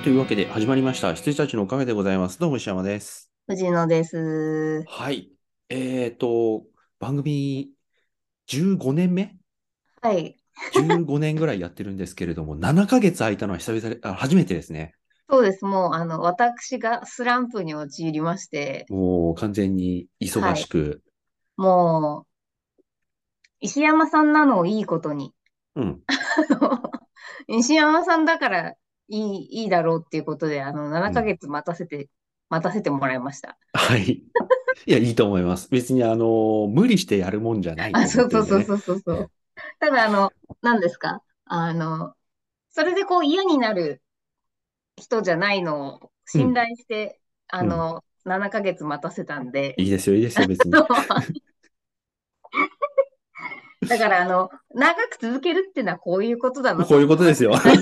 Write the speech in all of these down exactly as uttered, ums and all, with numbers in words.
というわけで始まりました。羊たちのおかげでございます。どうも石山です。 藤野です。 はい。えーと、番組じゅうごねんめはい。 じゅうご 年ぐらいやってるんですけれども、ななかげつ空いたのは久々で、あ、初めてですね。 そうです。もう、あの、私がスランプに陥りまして、 もう完全に忙はい。 しく。 もう、石山さんなのをいいことに。 うん。 石山さんだからいい、いいだろうっていうことで、あの、7 うん。 ヶ月待たせて、待たせてもらいました。 はい。いや、いいと思います。別に、あの、無理してやるもんじゃないあ、 と思っそうてるんでね。 そうそうそうそうそう。ただ、あの、何ですかあの、それでこう嫌になる人じゃないのを信うん。 頼して、あうん。 の、ななかげつ待たせたんで、 いいですよ、いいですよ、別に。 だから、あの、長く続けるっていうのはこういうことだなこういうと思いましことですよ。 た。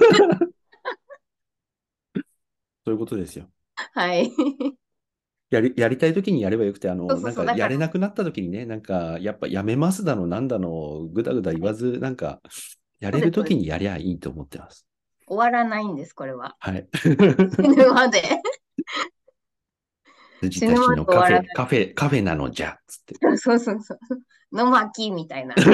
そういうことですよ。 はい。 やり、やりたい時にやればよくて、あの、 そうそうそう。だなんかやから、 れなくなった時にね、なんか、やっぱやめますだの、なんだの、ぐだぐだ言はい。 わず、なんか、やれるそうです、そうです。 時にやりゃいいと思ってます。 終わらないんです、これは。 はい。 死ぬまで。 辻たち死ぬまでのカフェ、 終わらない。 カフェ、カフェなのじゃ、つって。 そうそうそう。の巻みたいな。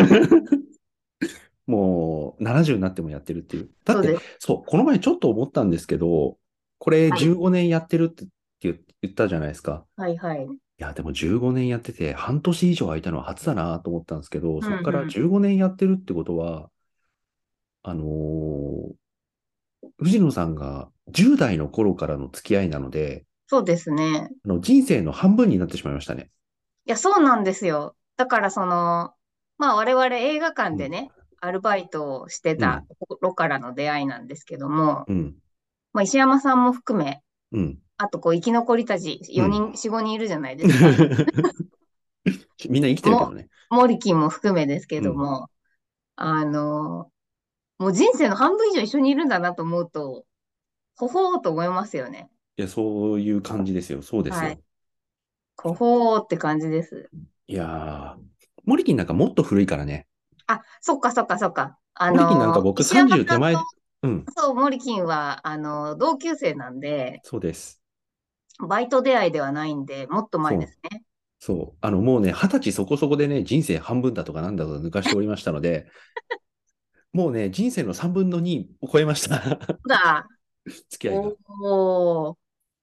もう、ななじゅうになってもやってるっていう。だって、 そうです。 そう、この前ちょっと思ったんですけど、これはい。 じゅうごねんやってるって言言ったじゃないですか。 はい、はい。 いや、でもじゅうごねんやってて、半年以上空いたのは初だなと思ったんですけど、 うん、 そこからうん。 じゅうごねんやってるってことは、あのー藤野さんがじゅう代の頃からの付き合いなので、 そうですね。 あの人生の半分になってしまいましたね。 いや、そうなんですよ。だから、その、まあ、我々映画館うん。 でね、アルバイトをしてたうん。 頃からの出会いなんですけども、 うん。 まあ、石山さんも含め、 うん。 あと、こう、生き残りたちうん。 よにん、よん、ごにんいるじゃないですか。 みんな生きてるけども、 ね。 モリキンも含めですけうん。 ども、あの、もう人生の半分以上一緒にいるんだなと思うと、ほほーと思いますよね。 いや、そういう感じですよ。そうですはい。 よ。 ほほーって感じです。 いやー、モリキンなんかもっと古いからね。 あ、そっかそっかそっか。あモリキンなんかの、 僕石山さんじゅう手さんと、 前、うん。 そう、モリキンは、あの、同級生なんで、 そうです。 バイト出会いではないんで、もっと前でそう。 すね。 そう。あの、もうね、はたちそこそこでね、人生半分だとかなんだとか抜かしておりましたので、もうね、人生のさんぶんのにを超えました。 だ、 付き合いが。 おー、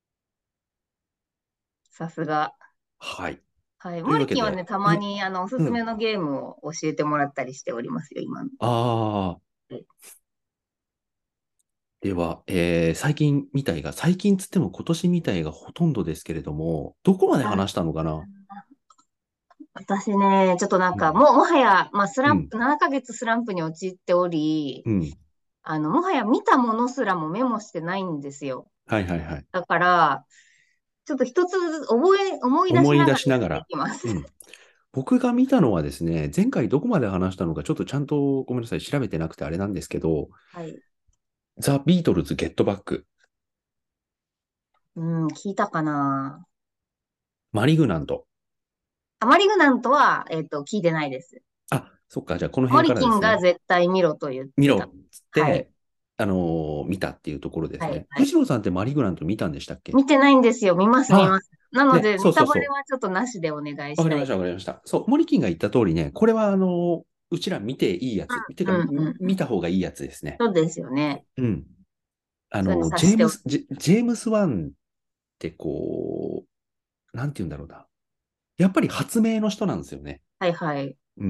さすが。 はい。 はい。 といモうわけで、 リキンはね、たまえ、 に、あの、おすうん。 すめのゲームを教えてもらったりしておりますよ、今の。 ああ、では、えー最近みたいが、最近つっても今年みたいがほとんどですけれども、どこまであ、 話したのかな？ 私ね、ちょっとなんか、 うん。 もう、もはや、まあ、スランうん。 プ、ななかげつスランプに陥っており、 うん。 あの、もはや見たものすらもメモしてないんですよ。 はいはいはい。 だから、ちょっと一つずつ覚え、思い出し思い出ながらやっていしながら。 きます。 うん。僕が見たのはですね、前回どこまで話したのかちょっとちゃんとごめんなさい、調べてなくてあれなんですけど、 はい。 ザ・ビートルズ・ゲットバック、 うん、聞いたかな。 マリグナント。 アマリグナントは、えっと、聞いてないです。 あ、そっか、じゃあこのモ辺かリキンがらですね。 絶対見ろと言ってた。 見ろっつっはい。 て、あのー見たっていうところではい。 すね。 はい。 藤野さんってマリグナント見たんでしたっけ？ 見てないんですよ。見ます、見まあ、 す。なのね、 で、ネタバレそうそうそう。 はちょっとなしでお願いわかりました、 したいです。 わかりました。そう、モリキンが言った通りね、これはあの、うちら見ていいやつ。てか、 うん、うん、うん。 見た方がいいやつですね。 そうですよね。 うん。あそれにの、 察しており。 ジェームス、ジェ、ジェームス・ワンってこう、なんて言うんだろうな。やっぱり発明の人なんですよね。 はい、はい。 うん。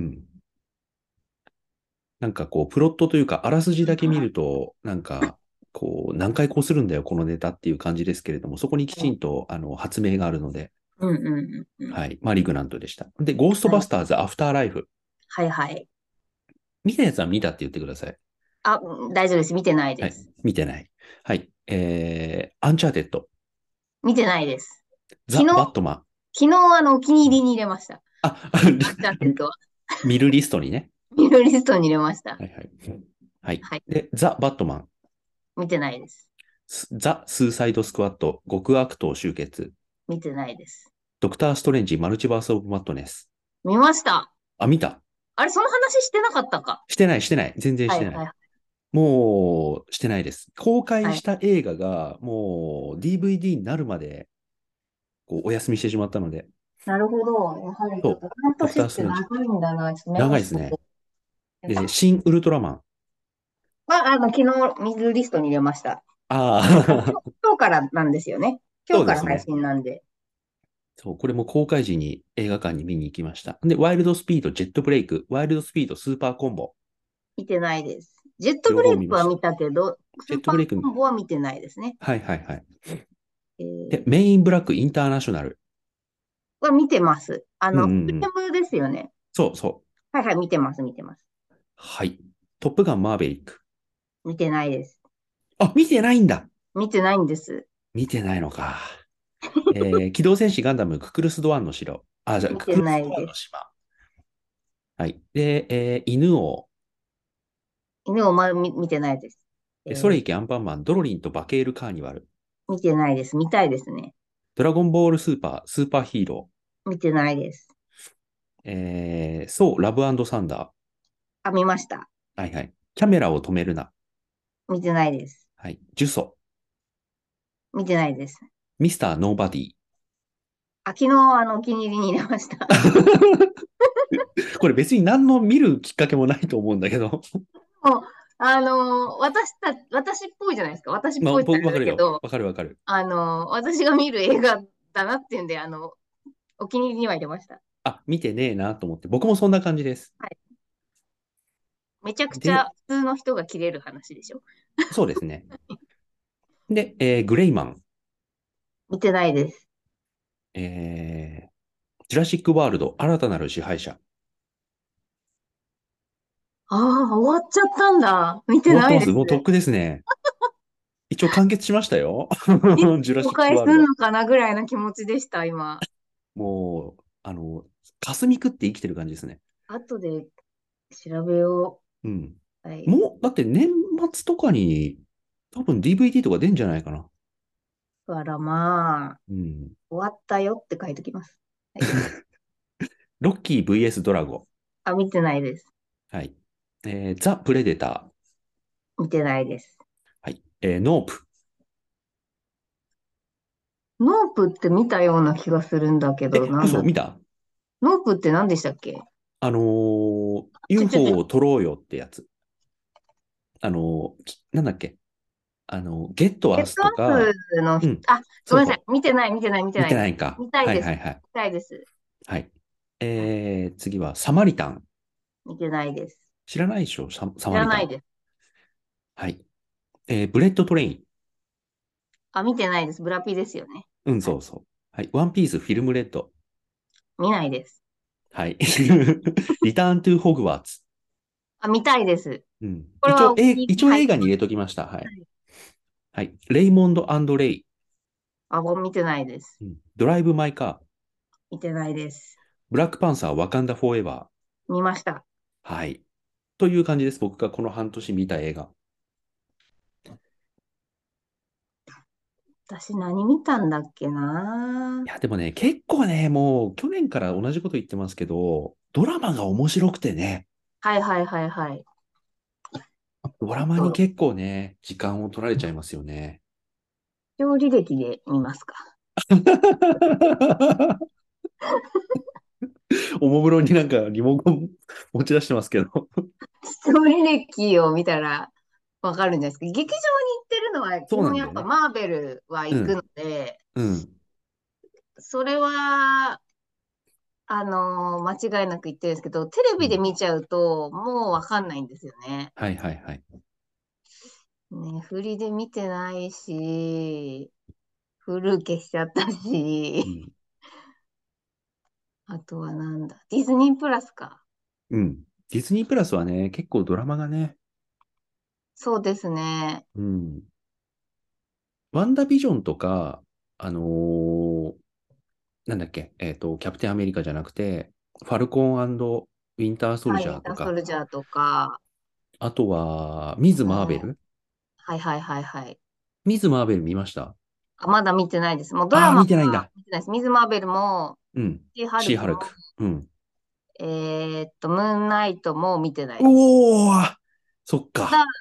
なんかこう、プロットというか、あらすじだけ見ると、なんか、こう、何回こうするんだよ、このネタっていう感じですけれども、そこにきちんと、あの、発明があるので、 うん、うん、うん。うん。 はい。マリグナントでした。で、ゴーストはい、 バスターズ・アフターライフ。 はい、はい。 見たやつは見たって言ってください。 あ、大丈夫です。見てないはい。 です。 見てない。はい。えー、アンチャーテッド、 見てないです。 ザ・昨日、 バットマン。 昨日、あの、お気に入りに入れました。 あ、 アンチャーテッドは。 見るリストにね。 見るリストに入れました。 はいはい。はい。 はい。 で、ザ・バットマン。 見てないです。 スザ・スーサイド・スクワット、極悪党集結。 見てないです。 ドクター・ストレンジ、マルチバース・オブ・マットネス。 見ました。 あ、見た。 あれ、その話してなかったか。 してない、してない。全然しはい、 てない。 はい。 もうしてないです。公開はい。 した映画がもう ディーブイディー になるまでこうお休みしてしまったので、 なるほど。やはりちょっそう、 と半ドク年ってターストレンジ。 長いんだな。ちょっとメモしてお長いですね。 く。 で、新ウルトラマン。 まあ、あの、昨日、ミズリストに入れました。 ああ、今あ、 日、今日からなんですよね。今日から配そうですね。 信なんで。 そう、これも公開時に映画館に見に行きました。で、ワイルドスピード、ジェットブレイク、ワイルドスピード、スーパーコンボ、 見てないです。ジェット両ブレ方見ました。 イクは見たけど、スジェーパーットブレイク、 コンボは見てないですね。 はいはいはい。 えで、 ー、 メインブラックインターナショナル。 は見てます。あうんうの、 んうん。 フィルムですよね。 そうそう。 はいはい、見てます、見てます。 はい。トップガンマーベリック。 見てないです。 あ、見てないんだ。 見てないんです。 見てないのか。えー機動戦士ガンダムククルス・ドアンの城。あ、じゃあ、 見てククルス・ドアンないです。 の島。はい。で、えー犬王。 犬をま見、見てないです。えでソレー、 イケアンパンマン、ドロリンとバケール・カーニバル。 見てないです。見たいですね。 ドラゴンボールスーパー、スーパーヒーロ見てないです。 ー。えー、そう、ラブサンダー。 あ、見ました。 はいはい。キャメラを止めるな。 見てないです。 はい。ジュソ。 見てないです。 ミスターノーバディ。 あ、昨日、あの、お気に入りに入れました。 これ別に何の見るきっかけもないと思うんだけど。 もう、あの、私た、私っぽいじゃないですか。私っまあ、 ぽいってあれ僕わかるよ。 だけど、 わかるわかる。 あの、私が見る映画だなっていうんで、あの、お気に入りには入れました。 あ、見てねえなと思って。僕もそんな感じです。 はい。めちゃくちゃで、 普通の人が切れる話でしょ。 そうですね。で、えーグレイマン。 見てないです。 えージュラシック・ワールド、新たなる支配者。 ああ、終わっちゃったんだ。見て終わってます。 ないです。 もうとっくですね。一応完結しましたよ。 いつジュラシック・公開すワールド。 るのかなぐらいの気持ちでした、今。 もう、あの、霞食って生きてる感じですね。 後で調べようん。 う。はい。 もう、だって年末とかに、多分 ディーブイディー とか出んじゃないかな。 だからまあ、 うん。 終わったよって書いておきます。はい。 ロッキー ブイエス ドラゴ。 あ、見てないです。 はい。えーザ・プレデター。 見てないです。 はい。えーノープ。 ノープって見たような気がするんだけど、 え、嘘、 なんだ。 見た？ ノープって何でしたっけ？ あのーちょちょちユーフォーょ、 を撮ろうよってやつ。あのーきなんだっけ？あの、ゲットアスゲットアとか、 スの人、 うん、 あ、ごめんなさい。 そうそう。 見てない、見てない、見て見ないです。 てないんか。 見たいです。 はいはいはい。 見たいです。 はい。 はい。 えー、次は、サマリタン。 見てないです。 知らないでしょ？サ、サ知マリタン。 らないです。 はい。えーブレッドトレイン。 あ、見てないです。ブラピですよね。 うん、 はい。 そうそう。はい。ワンピースフィルムレッド。 見ないです。 はい。リターントゥホグワーツ。 あ、見たいです。 うん。一応、 これはお気え、 に入りに一応入ってます。 映画に入れときました。はい。 はい。 はい。レイモンドレイ。 あ、もう見てないです。 うん、ドライブ・マイ・カー。 見てないです。 ブラックパンサー、ワカンダ・フォーエバ見ました。 ー。はい。という感じです。僕がこの半年見た映画。 私何見たんだっけな。 いや、でもね、結構ね、もう去年から同じこと言ってますけど、ドラマが面白くてね、 はいはいはいはい。 ドラマにと、 結構ね、時間を取られちゃいますよね。 視聴履歴で見ますか？ おもむろになんかリモコン持ち出してますけど。 視聴履歴を見たらわかるんじゃないですか。劇場に行ってるのは基そうな本やっんだよね。 ぱマーベルは行くのうん、 で、 うん。 それは、あのー間違いなく言ってるんですけど、テレうん。 ビで見ちゃうともうわかんないんですよね。 はいはいはい。 ね、振りで見てないし、フル消しちゃったし、 うん。 あとはなんだ、ディズニープラスか。 うん。ディズニープラスはね、結構ドラマがね、 そうですね。 うん。ワンダービジョンとか、あのーなんだっけ、えっと、キャプテンアメリカじゃなくて、ファルコンウィンターソルはい、ウィンターソジャーとか、 ルジャーとか、 あとは、ミズ・うん、 マーベル。 はいはいはいはい。 ミズ・マーベル見ました？ あ、まだ見てないです。もうドラああー、 マは見てないんだ。 見てないです。ミズ・マーベルも、 うん。 シー・ハルクも、 シー・ハルク。うん。 えーっと、ムーンナイトも見てないです。 おー、そっただ、 か。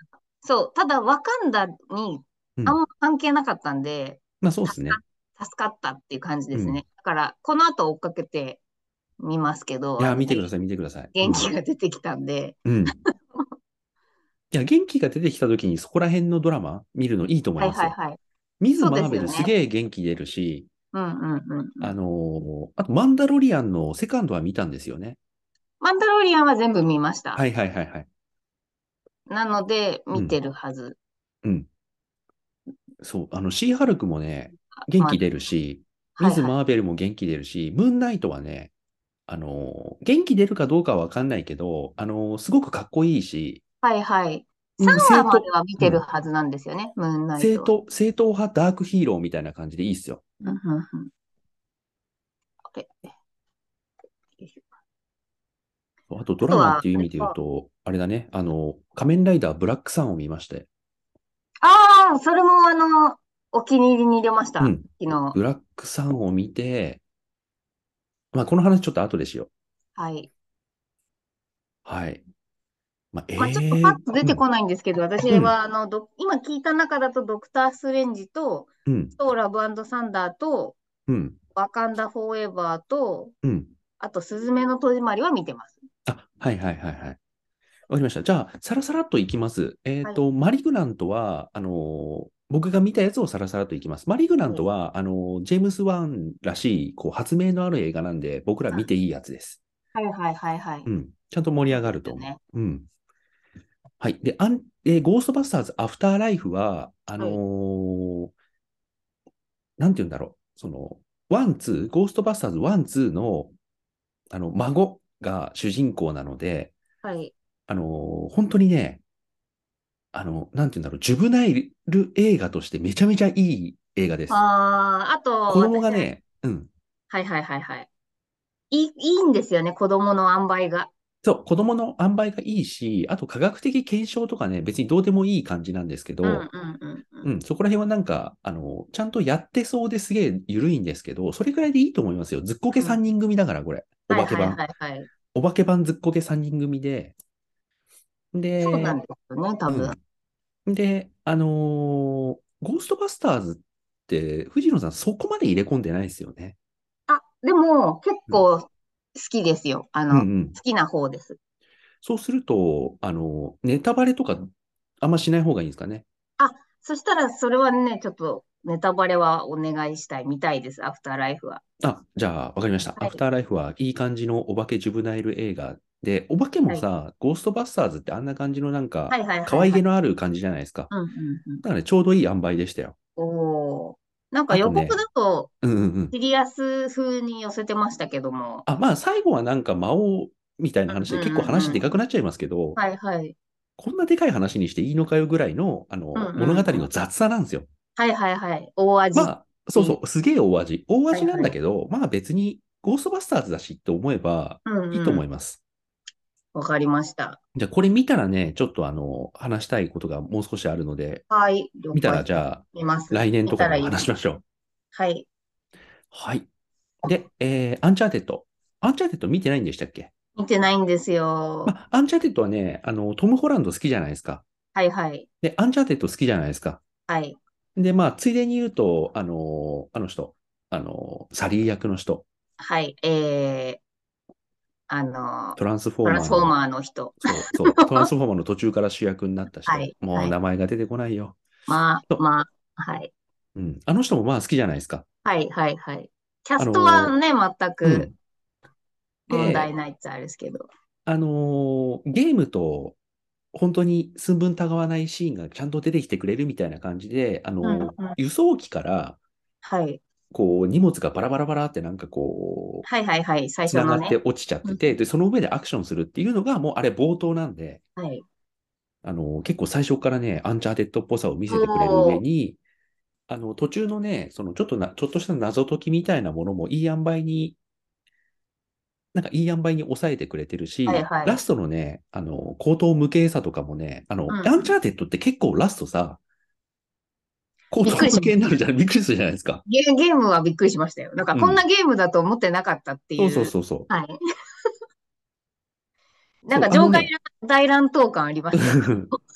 そう、ただ、ワカンダにうん。 あんま関係なかったんで、 まあそうですね。 助かっ、助かったっていう感じでうん。 すね。だから、この後追っかけてみますけど、あいや、 の、げ見てください、見てください。う元気ん。 が出てきたんで、 うん。いや、元気が出てきた時にそこら辺のドラマ見るのいいと思いはいますよ。 はいはい。 ミズ・そうでマーベルすすよね。 げえ元気出るし、 うんうんうんうあん。 のーあと、マンダロリアンのセカンドは見たんですよね。 マンダロリアンは全部見ました。 はいはいはいはい。 なので、 うん。 見てるはず。 うん。そう。あの、シーハルクもね、元まあ、 気出るし、ミズ・はいはい。 マーベルも元気出るし、ムーンナイトはね、あのー元気出るかどうかはわかんないけど、あのーすごくかっこいいし、 はいはい。 うん、 さんわまで正統、 は見てるうん、 はずなんですよね、ムーンナイトは。 正統、正統派ダークヒーローみたいな感じでいいっすよ。 うんうんうん。あれ、よいしょ。 あとドラマっあとは、 ていう意味で言うあれか。 と、あれだね、あの、仮面ライダーブラックサンを見まして、 ああ、それもあの、お気に入りに入れました。 うん、 昨日。 ブラックサンを見て、まあ、この話ちょっと後でしよう。 はい。 はい。まあ、 まあちょっとパッえー、うん、 と出てこないんですけど、私うん、 はあの、ど、今聞いた中だとドクター・ストレンジと、 うん、 ソーラブサンダーと、 うん、 ワカンダ・フォーエバーと、 うん。 あと、スズメの戸締まりは見てます。 あ、はいはいはいはい。わかりました。じゃあ、さらさらっといきます。えっはい。 と、マリグナントは、あのー僕が見たやつをさらさらっといきます。マリグナンはい。 トは、あのージェームス・ワンらしい、こう、発明のある映画なんで、僕ら見ていいやつです。 はいはいはいはい。 うん。ちゃんと盛り上そうでがると思すよね。 う。うん。はい。で、アン、えーゴーストバスターズ・アフターライフは、あのはい。 ーなんて言うんだろう。その、ワン、ツー、ゴーストバスターズワン、ツーの、あの、孫が主人公なので、 はい。 あのー本当にね、あの、なんて言うんだろう、ジュブナイル映画としてめちゃめちゃいい映画です。 ああ、あと、 子供が私は、 ね、うん。 はいはいはいはい。いい、いいんですよね、子供の塩梅が。 そう、子供の塩梅がいいし、あと科学的検証とかね、別にどうでもいい感じなんですけど、 うんうんうんうん。 うん、そこら辺はなんか、あの、ちゃんとやってそうですげえ緩いんですけど、それくらいでいいと思いますよ。ずっこけうん。 さんにん組だから、これ。おはいはい化け版。 はいはい。 お化け版ずっこけさんにん組で、 そうなんで、 ですよね、多分。 うん。で、あのーゴーストバスターズって、藤野さんそこまで入れ込んでないですよね。 あ、でも、結うん。 構好きですよ。あの、 うんうん。 好きな方です。 そうすると、あの、ネタバレとかあんましない方がいいんですかね。 あ、そしたら、それはね、ちょっと、ネタバレはお願いしたい、見たいです、アフターライフは。 あ、じゃあ、わかりました。 はい。 アフターライフはいい感じのお化けジュブナイル映画で、お化けもはい。 さ、ゴーストバスターズってあんな感じのなんか、 はいはい可愛げはいはい。 のある感じじゃないですか。 うんうんうん。 だからね、ちょうどいい塩梅でしたよ。 おー。なんか予告だあとね、 と、 うんうんうん。 シリアス風に寄せてましたけども。 あ、まあ、最後はなんか魔王みたいな話でうん結構うんうん。 話でかくなっちゃいますけど、 はいはい。 こんなでかい話にしていいのかよぐらいの、あうんの、物語うんうん。 の雑さなんですよ。 はいはいはい。大味っまあ、そていう。 うそう、すげえ大味。大味なんはいはい。 だけど、まあ別にゴーストバスターズだしって思えばうんいいとうん。 思います。 わかりました。 じゃあこれ見たらね、ちょっとあの、話したいことがもう少しあるので、 はい。了見た解。 らじゃあ見ます。 来年見とかでもたら言います。 話しましょう。 はい。 はい。で、えー、アンチャーテッド。アンチャーテッド見てないんでしたっけ？ 見てないんですよ。 まあ、アンチャーテッドはね、あの、トム・ホランド好きじゃないですか。 はいはい。 で、アンチャーテッド好きじゃないですか。 はい。 で、まあ、ついでに言うと、あの、あの人、あの、サリー役の人、 はい。えー、あの、 トランスフォトーマーのランスフォーマーの人。 そう、そう、トランスフォーマーの途中から主役になった人。 はい。 もうはい。 名前が出てこないよ。 まあ、 そまあ、はい。 う、うん。あの人もまあ好きじゃないですか。 はい、はい、はい。キャあストはのね、全くーうん。 問題で、 ないっちゃあれですけど。 あのーゲームと本当に寸分たがわないシーンがちゃんと出てきてくれるみたいな感じで、あのうん、 ーうん。 輸送機からはい。 こう荷物がバラバラバラってなんかこう、 はい、はい、はい。最つなが初のね。 って落ちちゃっうん、 てて、で、その上でアクションするっていうのがもうあれ冒頭なんで、 はい。 あのー結構最初からね、アンチャーテッドっぽさを見せてくれる上おー。 に、あの、途中のね、そのちょっとな、ちょっとした謎解きみたいなものもいい塩梅に、なんかいい塩梅に抑えてくれてるはい、 し、 はい。 ラストのね、あの、口頭無形さとかもね、あの、 うん、うん。 アンチャーテッドって結構ラストさ、口びっくりし頭無ました。 形になるじゃん、びっくりするじゃないですか。 ゲ、ゲームはびっくりしましたよ。なんか、こんなうん。 ゲームだと思ってなかったってそうそういう。 そうそう。 はい。なんそう、 か、場外あのね、 乱大乱闘感ありましたよ。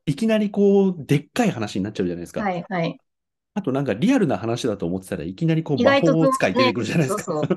いきなりこう、でっかい話になっちゃうじゃないですか。 はい、はい。 あとなんかリアルな話だと思ってたらいきなりこう魔意外とそう法使い出てね、 くるじゃないですか。 そうそう。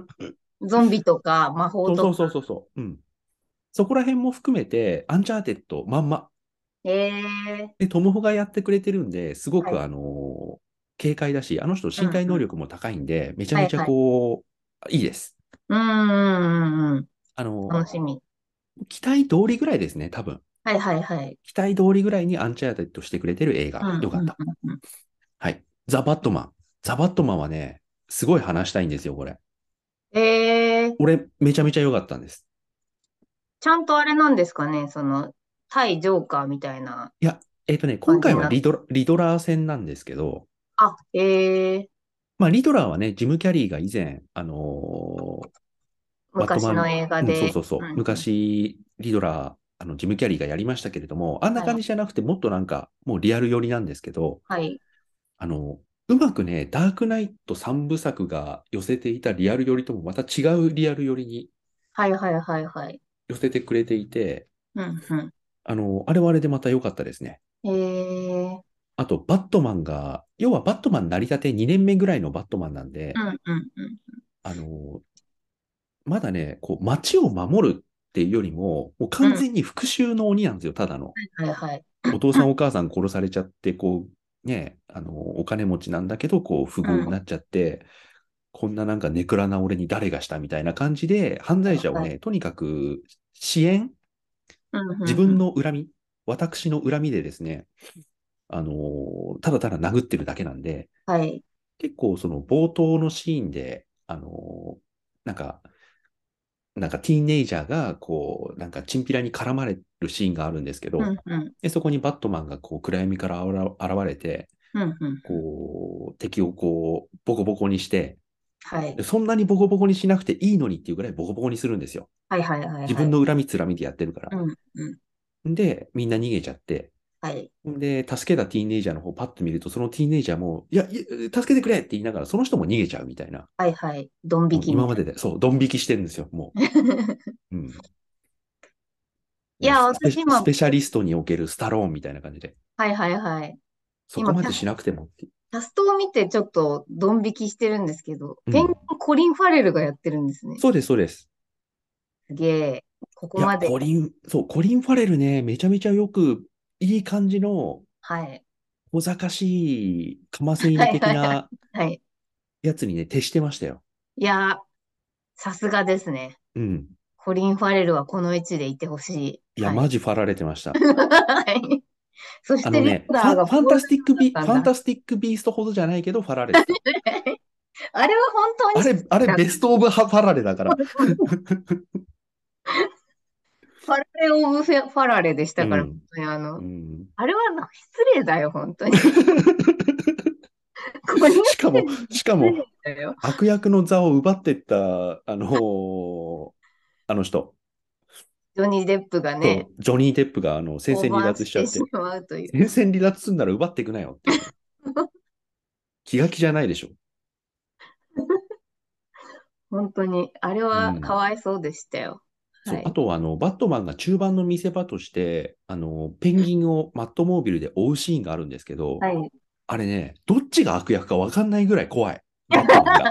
ゾンビとか魔法とか。 そうそうそうそうそう。うん。そこら辺も含めて、アンチャーテッドまんま。 ええ、 で、トムホがやってくれてるんで、すごはい。 くあのー軽快だし、あの人うん、 身体能うん。 力も高いんで、めちゃめちゃはい、はい。 こう、いいです。 うん、うん、うん。うん、 あの楽しみ。 ー期待通りぐらいですね、多分。 はい、はい、はい。 期待通りぐらいにアンチャーテッドしてくれてる映画。 うん、うん、 よかった。 うん。うん、 はい。ザ・バットマン。ザ・バットマンはね、すごい話したいんですよ、これ。 ええ、 俺、めちゃめちゃ良かったんです。 ちゃんとあれなんですかね、その、対ジョーカーみたいないや、えっとね、今感じになって。 回はリドラ、リドラー戦なんですけど、 あ、ええ、 まあ、リドラーはね、ジム・キャリーが以前、あのーバットマン、 昔の映画うん、そうで。 そうそう、 うん、うん。 昔、リドラー、あの、ジム・キャリーがやりましたけれども、あんなはい、 感じじゃなくて、もっとなんか、もうリアル寄りなんですけど、 はい。 あの、うまくね、ダークナイトさんぶさくが寄せていたリアル寄りともまた違うリアル寄りにはい、はい、はい、はい。 寄せてくれていて、 うん、うあの、あれはあれでまた良かったですね。 ん。ええ、 あと、バットマンが、要はバットマン成り立てにねんめぐらいのバットマンなんで、 うん、うん、うん。 あの、まだね、こう、街を守るっていうよりも、もううん、 完全に復讐の鬼なんですよ、ただの。 はい、はい。 お父さんお母さん殺されちゃって、こう、ね、あの、お金持ちなんだけど、こう、不うん。 遇になっちゃって、こんななんかネクラな俺に誰がしたみたいな感じで、犯はい、はい。 罪者をね、とにかく支援、 うん、う自ん、うん。 分の恨み、私の恨みでですね、あの、ただただ殴ってるだけなんで、 はい。 結構その冒頭のシーンで、あの、なんか、なんかティーンネイジャーが、こう、なんかチンピラに絡まれるシーンがあるんですけど、 うん、うん。 で、そこにバットマンがこう暗闇から現れて、 うん、うん。 こう、敵をこう、ボコボコにして、 はい。 そんなにボコボコにしなくていいのにっていうぐらいボコボコにするんですよ。 はい、はい、はい、 自はい。 分の恨みつらみでやってるから。 うん、うん。 で、みんな逃げちゃって、 はい。 で、助けたティーンネイジャーの方パッと見ると、そのティーンネイジャーも、いや、いや助けてくれって言いながら、その人も逃げちゃうみたいな。 はい、はい。ドン引もうきみたい今までで、そう、ドン引きしてるんですよ、もな。 う。うん。 いや、 もうスペ、 私今、 スペシャリストにおけるスタローンみたいな感じで、 はい、はい、はい。今、キャス、 そこまでしなくてもっていう。 キャストを見てちょっとドン引きしてるんですけど、ペンギンうん。 コリン・ファレルがやってるんですね。 そうです、そうです。 すげえ。ここいや、 まで。 コリン、そう、コリン・ファレルね、めちゃめちゃよく、いい感じの、 はい。 小賢しい、かませ犬はい、はい、はい。 的なはい。 やつにね、徹してましたよ。 いや、さすがですね。 うん。 コリン・ファレルはこの位置でいてほしい。 いや、 はい。 マジファられてました。 はい。そしてリあのね、 ーダーファン、ファンタがポール・スティックビ、 だったんだ。 ファンタスティックビーストほどじゃないけど、ファられてた。 あれは本当にあれ、あれ、 失礼だ。 ベストオブファラレだから。 ファラレ・オブ・フェファラレでしたから、本うん。 当にあの、 うん。 あれはな失礼だよ、本当に。これしかも、しかも、 失礼だよ。 悪役の座を奪ってった、あのーあの人ジョニー・デップがね、 と、ジョニー・デップが、あの、戦降線離板してし脱しちゃって、 まうという。 戦線離脱すんなら奪っていくなよっていうね。気が気じゃないでしょ。 本当に、あれはかうん。 わいそうでしたよ。 そう。あはい。 とは、あの、バットマンが中盤の見せ場として、あの、ペンギンをマットモービルで追うシーンがあるんですけど、 はい。 あれね、どっちが悪役か分かんないぐらい怖い。バットマンが。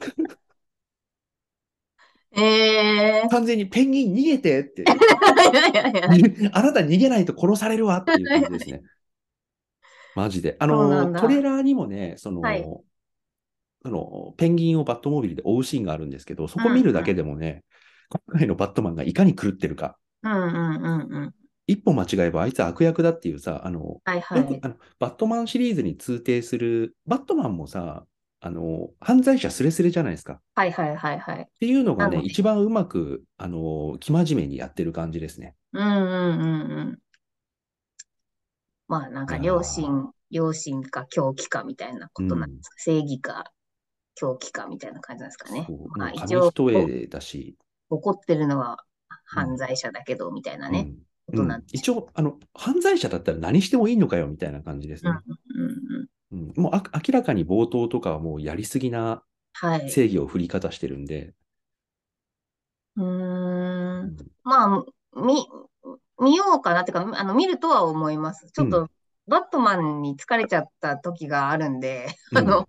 えー。 完全にペンギン逃げてって、 いやいやいや、 あなた逃げないと殺されるわっていう感じですね。マジで。あそうなの、 んだ。 トレーラーにもね、そはい。 の、その、ペンギンをバットモービルで追うシーンがあるんですけど、そうん、 こ見るだうん。 けでもね、今回のバットマンがいかに狂ってるか。 うん、うん、うん、うん。 一歩間違えばあいつ悪役だっていうさ、あの、 はい、はい。 よくあのバットマンシリーズに通底する、バットマンもさ、あの、犯罪者スレスレじゃないですか。っはい、はい、はい、はい。 ていうのがね、 なので、 一番うまく、あの、生真面目にやってる感じですね。 うん、うん、うん、うん。まあ、なんいやか、良ー、 心、良心か狂気かみたいなこうん。 となんですか。正義か狂気かみたいな感じなんですかね。 そう、 まあ、 もう一応、 紙一お重だし、 怒ってるのはうん、 犯罪者だけど、みたいなね、 うん、 ことなんうん。 でしょ一応、あの、犯罪者だったら何してもいいのかよ、みたいな感じですう。うん、 ね。 うん、うん。 うん、もうあ明らかに冒頭とかはもうやりすぎなはい。 正義を振りかざしてるんで、 うーん。 うん、 まあ、み、見ようかなってか、あの、見るとは思います。ちうん、 ょっとバットマンに疲れちゃった時があるんで、 うん。 あの、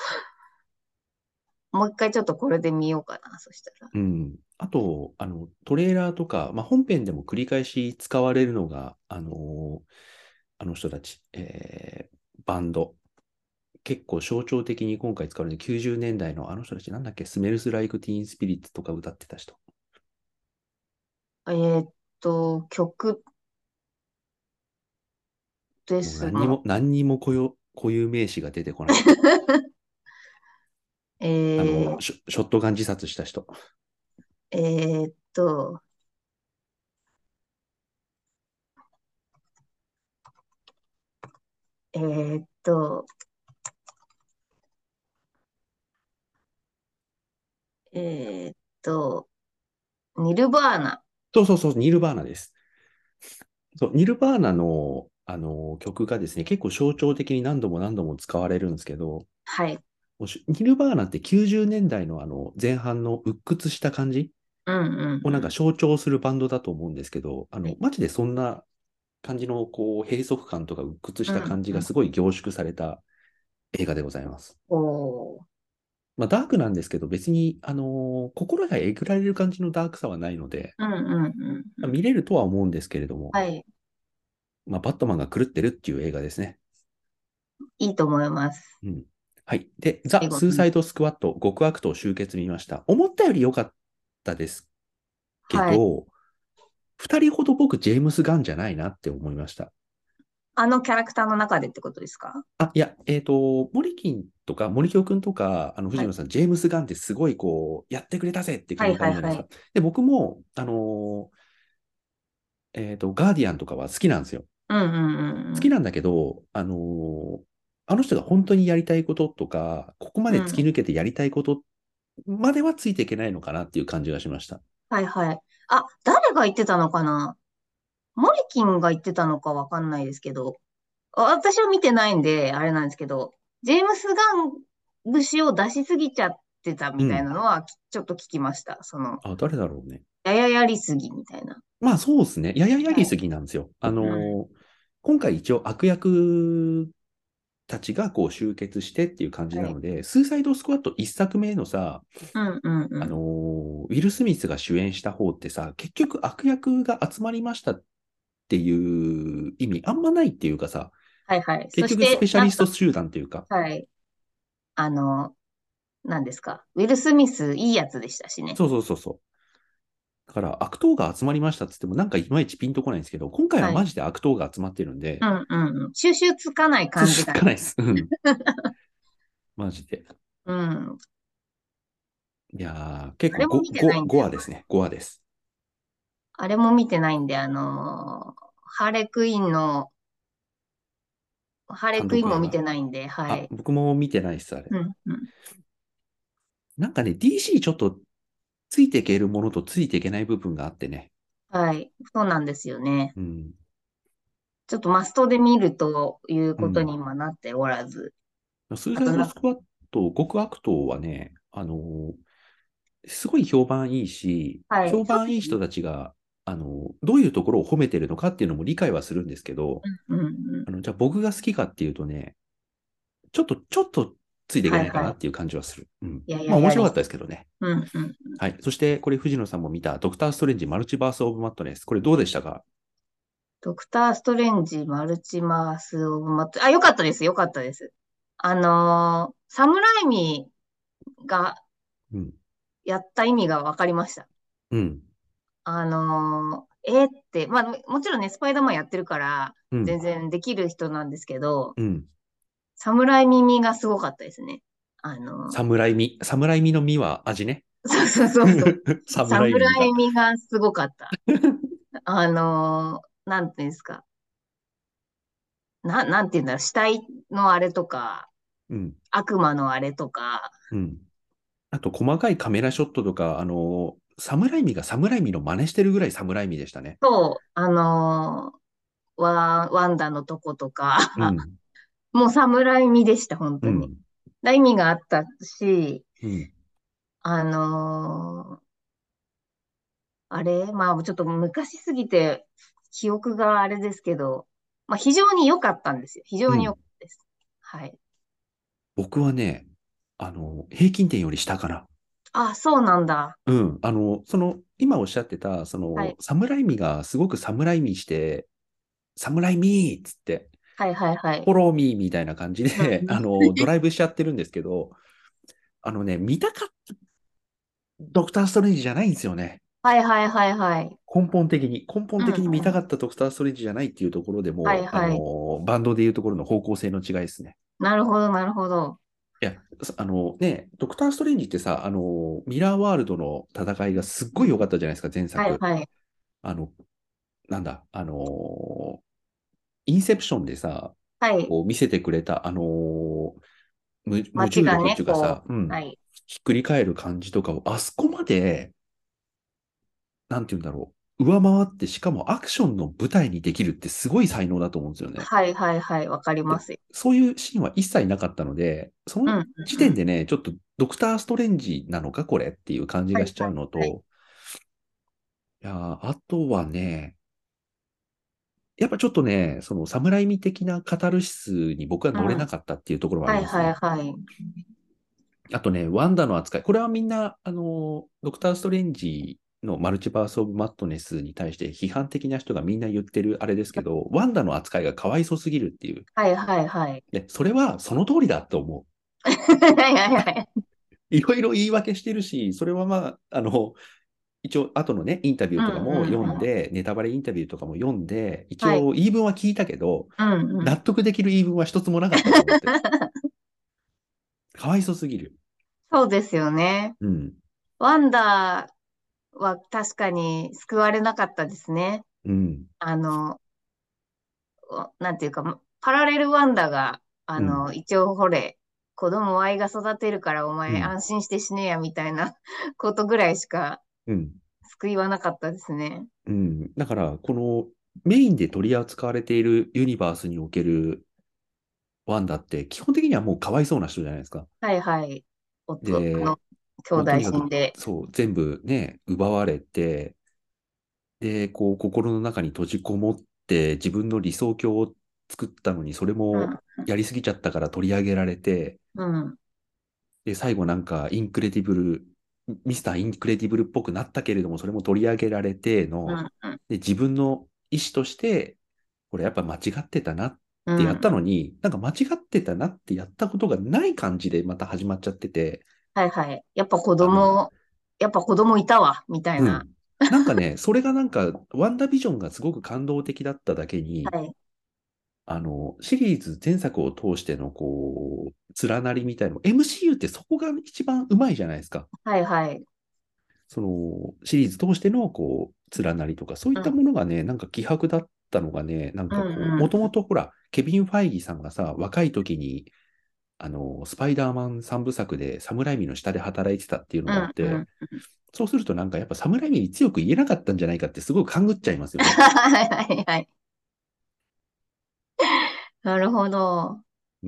もう一回ちょっとこれで見ようかな、そしたら。 うん。あと、あの、トレーラーとか、まあ、本編でも繰り返し使われるのが、あのーあの人たち、えーバンド。結構象徴的に今回使われるきゅうじゅうねんだいのあの人たちなんだっけ、スメルス・ライク・ティーン・スピリッツとか歌ってた人。 えーっと、曲でもうす。も何にも、何にも固有、固有名詞が出てこない。 う、 あの、 えー、 ショ、ショットガン自殺した人。 えーっと、えーっと、えーっと、ニルバーナ。 そうそうそう、ニルバーナです。そう、ニルバーナの、あの曲がですね、結構象徴的に何度も何度も使われるんですけど、 はい。 もうしニルバーナってきゅうじゅうねんだいのあの前半の鬱屈した感じうんうんをなんかうん。 象徴するバンドだと思うんですけど、あの、 はい。 マジでそんな感じのこう閉塞感とか鬱屈したうんうん。 感じがすごい凝縮された映画でございます。 おー。 まあ、ダークなんですけど、別に、あのー心がえぐられる感じのダークさはないので、 うんうんうんうん。 まあ見れるとは思うんですけれども、 はい。 まあ、バットマンが狂ってるっていう映画ですね。 いいと思います。 うん。はい。で、ザ・最後に。 スーサイド・スクワット、極悪党集結見ました。思ったより良かったですけはい。 ど、二人ほど僕、ジェームス・ガンじゃないなって思いました。 あのキャラクターの中でってことですか？ あ、いや、えっと、モリキンとか、森京くんとか、あの、 はい。 藤野さん、ジェームス・ガンってすごい、こう、やってくれたぜってはい感じがあるじゃないですか。 はいはい。 で、僕も、あのーえっと、ガーディアンとかは好きなんですよ。 うんうんうん好きなんだけど、あのーあの人が本当にやりたいこととか、ここまうん。うん。 で突き抜けてやりたいことまではついていけないのかなっていう感じがしました。 はいはい。あ、誰が言ってたのかな？モリキンが言ってたのかわかんないですけど、あ私は見てないんで、あれなんですけど、ジェームス・ガン節を出しすぎちゃってたみたいうん。 なのは、きちょっと聞きました。その、 あ、誰だろうね。 やややりすぎみたいな。 まあそうですね。やややはい。 りすぎなんですよ。あのうん。 ー今回一応悪役たちがこう集結してっていう感じはい。 なので、スーサイドスクワット一作目のさ、 うんうんうあのん。 ーウィル・スミスが主演した方ってさ、結局悪役が集まりましたっていう意味あんまないっていうかさ、 はいはい。そ結局スペして、なんか、 シャリスト集団っていうか、 はい。あの、なんですか。ウィル・スミス、いいやつでしたしね。 そうそうそうそう。だから悪党が集まりましたっつってもなんかいまいちピンとこないんですけど、今回ははい。 マジで悪党が集まってるんで、 うんうんうん。収集つかない感じつが。 かないです。うん。マジで。 うん。 いやー、結構ゴ、 あれも見てなゴ、 いんだよな。 ゴアですね。ゴアです。 あれも見てないんで、あのーハーレクイーンの、ハーレ単クイーンも見独映画。 てないんで、はあ、 い。 僕も見てないっす、あれ。 うんうん。 なんかね、ディーシー ちょっとついていけるものとついていけない部分があってね。 はい。そうなんですよね。 うん。 ちょっとマストで見るということにうん。 今なっておらず。 スーサイあとなんか、 ドスクワット、極悪党はね、あのーすごい評判いいし、 はい。 評そうですね。 判いい人たちが、あのーどういうところを褒めてるのかっていうのも理解はするんですけど、 うんうんうん。 あの、じゃあ僕が好きかっていうとね、ちょっと、ちょっとついていけはいはい。 ないかなっていう感じはする。うん。 いやいややり。 まあ面白かったですけどね。 うんうん。 はい。そして、これ藤野さんも見た、ドクター・ストレンジ・マルチバース・オブ・マットネス。これどうでしたか？ ドクター・ストレンジ、マルチマース・オブ・マット、あ、よかったです。よかったです。あのーサムライミがうん。 やった意味が分かりました。 うん。 あのーえーって、まあ、もちろんね、スパイダーマンやってるから、 うん。 全然できる人なんですけど、 うん。 侍耳がすごかったですね。あの侍味。侍味の実は味ね。 ーそうそうそうそう。 侍味が。 侍耳がすごかった。あのーなんていうんですか。な、なんていうんだろう、死体のあれとか、 うん。 悪魔のあれとか、 うん。あと、細かいカメラショットとか、あのー、侍味が侍味の真似してるぐらい侍味でしたね。 と、あのーワン、ワンダのとことか、 うん。 もう侍味でした、本当に。 うん。 意味があったし、 うん。 あのーあれまあ、ちょっと昔すぎて、記憶があれですけど、 まあ、非常に良かったんですよ。非常に良かうん。 ったです。はい。 僕はね、あの、平均点より下かな。 あ、そうなんだ。 うん。あの、その、今おっしゃってた、その、 はい。 侍味がすごく侍味して、侍味っつって、 はいはいはい。 フォローミーみたいな感じうん。 で、あの、ドライブしちゃってるんですけど、あのね、見たかったドクターストレンジじゃないんですよね。 はいはいはいはい。 根本的に。根本うん的に見たかうん。 ったドクターストレンジじゃないっていうところではいも、あはい。 の、バンドでいうところの方向性の違いですね。 なるほどなるほど。 いや、あのね、ドクターストレンジってさ、あの、ミラーワールドの戦いがすっごい良かったじゃないですか、前作。 はいはい。 あの、なんだ、あの、インセプションでさ、 はい。 こう見せてくれた、あの、無、無重力って街がね、 いうかさ、 こうん、 う、はい。 ひっくり返る感じとかを、あそこまで、なんて言うんだろう、上回って、しかもアクションの舞台にできるってすごい才能だと思うんですよね。 はいはいはい。わかりまで、 すよ。 そういうシーンは一切なかったので、そのうんうんうん。 時点でね、ちょっとドクター・ストレンジなのか、これっていう感じはいがしちゃうのはいはい。 と、いやー、あとはね、やっぱちょっとね、その侍味的なカタルシスに僕は乗れなうん。 かったっていうところはあはいはいりますね。 はい。 あとね、ワンダの扱い。これはみんな、あの、ドクター・ストレンジのマルチバース・オブ・マットネスに対して批判的な人がみんな言ってるあれですけど、ワンダの扱いがかわいそすぎるっていう。 はいはいはい。 で、それはその通りだと思う。 はいはいはい。 いろいろ言い訳してるし、それはまあ、あの、一応、後のね、インタビュうんーとかも読うんうん。 んで、ネタバレインタビューとかも読んで、一はい。 応言い分は聞いたけど、 うんうん。 納得できる言い分は一つもなかったと思って。かわいそすぎる。 そうですよね。 うん。 ワンダーは確かに救われなかったですね。 うん。 あの、おなんていうか、パラレルワンダが、あうん。 の、一応ほれ、子供を愛が育てるからお前うん。 安心して死ねやみたいなことぐらいしかうん。 救いはなかったですね。 うん。だから、このメインで取り扱われているユニバースにおけるワンダって基本的にはもうかわいそうな人じゃないですか。 はいはい。夫、あの、 で、 兄弟もうとにかく、 死んで。 そう、全部ね、奪われて、で、こう、心の中に閉じこもって自分の理想郷を作ったのに、それもうん、 やりすぎちゃったから取り上げられて、 うん、 で、最後なんかインクレディブル、ミスターインクレディブルっぽくなったけれども、それも取り上げられての、 うん、うん、 で、自分の意思として、これやっぱ間違ってたなっうん。 てやったのに、なんか間違ってたなってやったことがない感じでまた始まっちゃってて、 はいはい。やっぱ子あの、 供、やっぱ子供いたわ、みたいな。 うん。なんかね、それがなんか、ワンダービジョンがすごく感動的だっただけに、 はい、 あの、シリーズ前作を通しての、こう、連なりみたいなの、エムシーユー ってそこが一番うまいじゃないですか。 はい、はい。 その、シリーズ通しての、こう、連なりとか、そういったうん、 ものがね、なんか希薄だったのがね、なんうん、 かこう、もとうん。 もとほら、ケビン・ファイギーさんがさ、若い時に、あの、スパイダーマンさんぶさくで、サムライミの下で働いてたっていうのうん、うがあって、 ん。 そうするとなんかやっぱサムライミに強く言えなかったんじゃないかってすごい勘ぐっちゃいますよね。 はい、はい、はい。なるほど。 うん。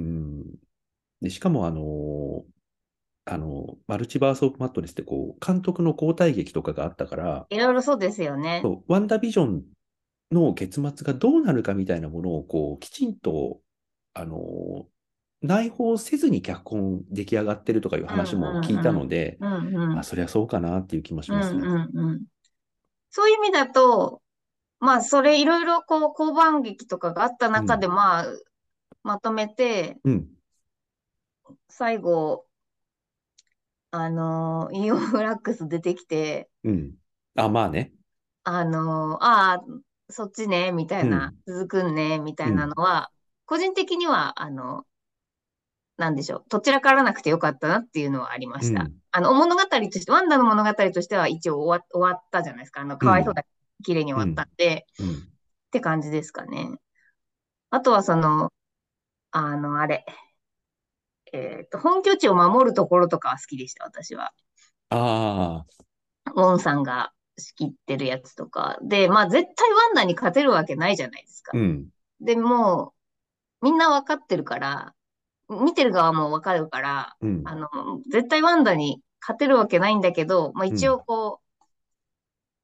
で、しかもあの、あの、マルチバース・オブ・マットネスってこう、監督の交代劇とかがあったから、 いろいろそうですよね。 そう、ワンダービジョンの結末がどうなるかみたいなものを、こう、きちんと、あの、内包せずに脚本出来上がってるとかいううん、 話も聞いたうん、 ので、 うん。うん、うあ、 ん。 そりゃそうかなっていう気もしうん、 ますね。 うん、うん。そういう意味だと、まあ、それいろいろこう、交番劇とかがあったうん。 中で、まあ、まとめて、 うん。 最後、あのイオンフラックス出てきて、 うん。あ、まあね。 あのああ、そっちね、みたいな、 うん。 続くんね、みたいなうん。 のは、個人的には、あの、なんでしょう、どちらからなくてよかったなっていうのはありました。 うん。 あの、物語として、ワンダの物語としては一応終わ、終わったじゃないですか。あの、かわいそうだうん。 けど、綺麗に終わったんうん。 で、 うん。 って感じですかね。あとはその、あの、あれ、えっと、本拠地を守るところとかは好きでした、私は。 ああ。 ウォンさんが仕切ってるやつとか。で、まあ絶対ワンダに勝てるわけないじゃないですか。 うん。 でも、みんなわかってるから、見てる側もわかるから、 うん。 あの、絶対ワンダに勝てるわけないんだけど、まあ一うん。 応こ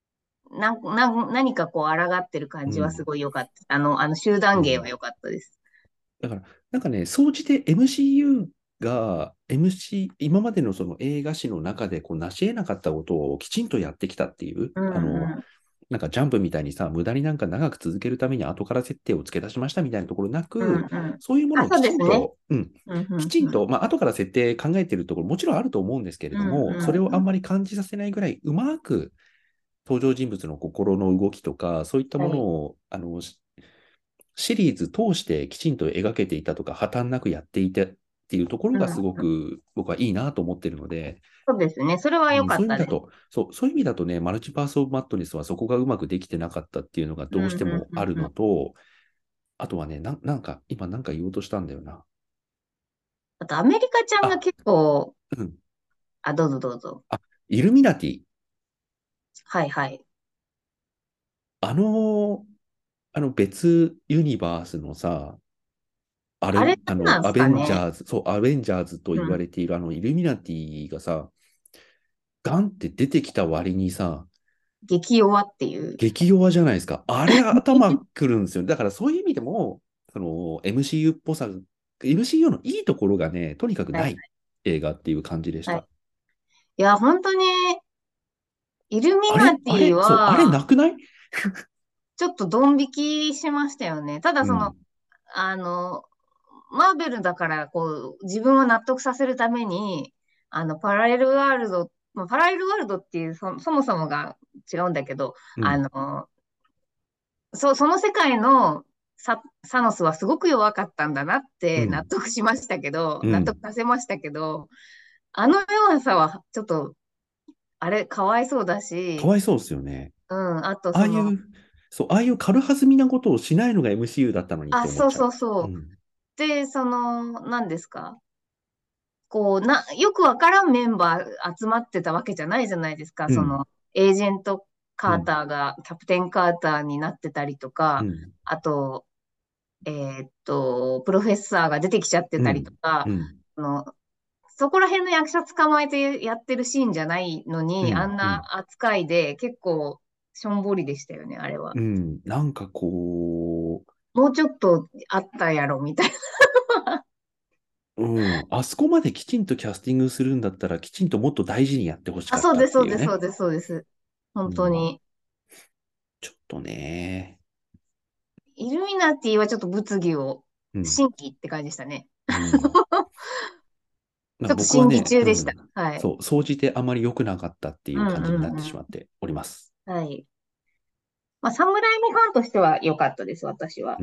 なん、なん、何かこう抗ってる感じはすうん。 ごい良かった。あの、あの集団芸はうん。 良かったです。 だから、なんかね、総じて エムシーユー が エムシー、今までのその映画史の中でこう成し得なかったことをきちんとやってきたっていう、 うんあの、 うん。 なんかジャンプみたいにさ、無駄になんか長く続けるために後から設定を付け出しましたみたいなところなく、 うんうん。あ、 そういうものをきそうですね。 ちんと、うん、 うんうんうん。 きちんと、まあ後から設定考えてるところもちろんあると思うんですけれうんども、それうんうん。 をあんまり感じさせないぐらいうまく登場人物の心の動きとか、そういったものはい。 を、あの、シリーズ通してきちんと描けていたとか、破綻なくやっていてっていうところうんがすごうん。 く僕はいいなと思ってるので、 そうですね。それは良うん、 かったです。 そういう意味だと、そう、そういう意味だとね、マルチバース・オブ・マットネスはそこがうまくできてなかったっていうのがうんどうしてうんもあるうんうん。 のと、あとはね、な、なんか、今なんか言おうとしたんだよな。 あと、アメリカちゃんがあ、 結構、 うん。 あ、どうぞどうぞ。 あ、イルミナティ。 はいはい。 あの、あの別ユニバースのさ、あれ、 あれあの、 何なんすアベかね。 ンジャーズ、そう、アベンジャーズとうん。 言われているあのイルミナティがさ、ガンって出てきた割にさ、 激弱っていう。 激弱じゃないですか。あれ頭くるんですよ。だからそういう意味でも、その エムシーユー っぽさ、エムシーユー のいいところがね、とにかくはいない映画っていう感じでしはい。 た。 いや、本当に、イルミあれ、あナティれ、そう、あれは、 なくない？ ちょっとドン引きしましたよね。ただその、 うん、 あの、マーベルだから、こう、自分を納得させるために、あの、パラレルワールド、まあ、パラレルワールドっていうそ、そもそもが違うんだけど、あうん、 の、そ、その世界のサ、サノスはすごく弱かったんだなって納うん、 得しましたけど、納得うん。 させましたけど、あの弱さはちょっと、あれ、かわいそうだし、 かわいそうですよね。 うん、あとその、 ああいう、そう、ああいう軽はずみなことをしないのが エムシーユー だったのにってあ、 思っちゃう。 そうそうそう。 うん、 で、その、何ですかこう、な、よくわからんメンバー集まってたわけじゃないじゃないですか。 うん、 その、エージェント・カータうん、 ーがキャプテン・カーターになってたりとか、 うん、 あと、えーっと、プロフェッサーが出てきちゃってたりとうん、 か、 うん、 あの、そこら辺の役者捕まえてやってるシーンじゃないのに、あうん、 んなうん。 扱いで結構しょんぼりでしたよね、あれは。 うん、なんかこもうちょっとあったやろ、みたいな。 う、うん、あそこまできちんとキャスティングするんだったら、きちんともっと大事にやってほしあ、 かったっそうです、 ていうね。 そうです、そうです、そうです。本当うん、 に。 ちょっとね。 イルミナティはちょっと物議を、 うん、 審議って感じでしたね。 うん。まあ、 ちょっと審議僕はね、 中でした。 うん、 はい。 そう、総じてあまり良くなかったっていうんう感じになっうんうん。 てしまっております。 はい。まあ、サムライミファンとしては良かったです、私は。 うん、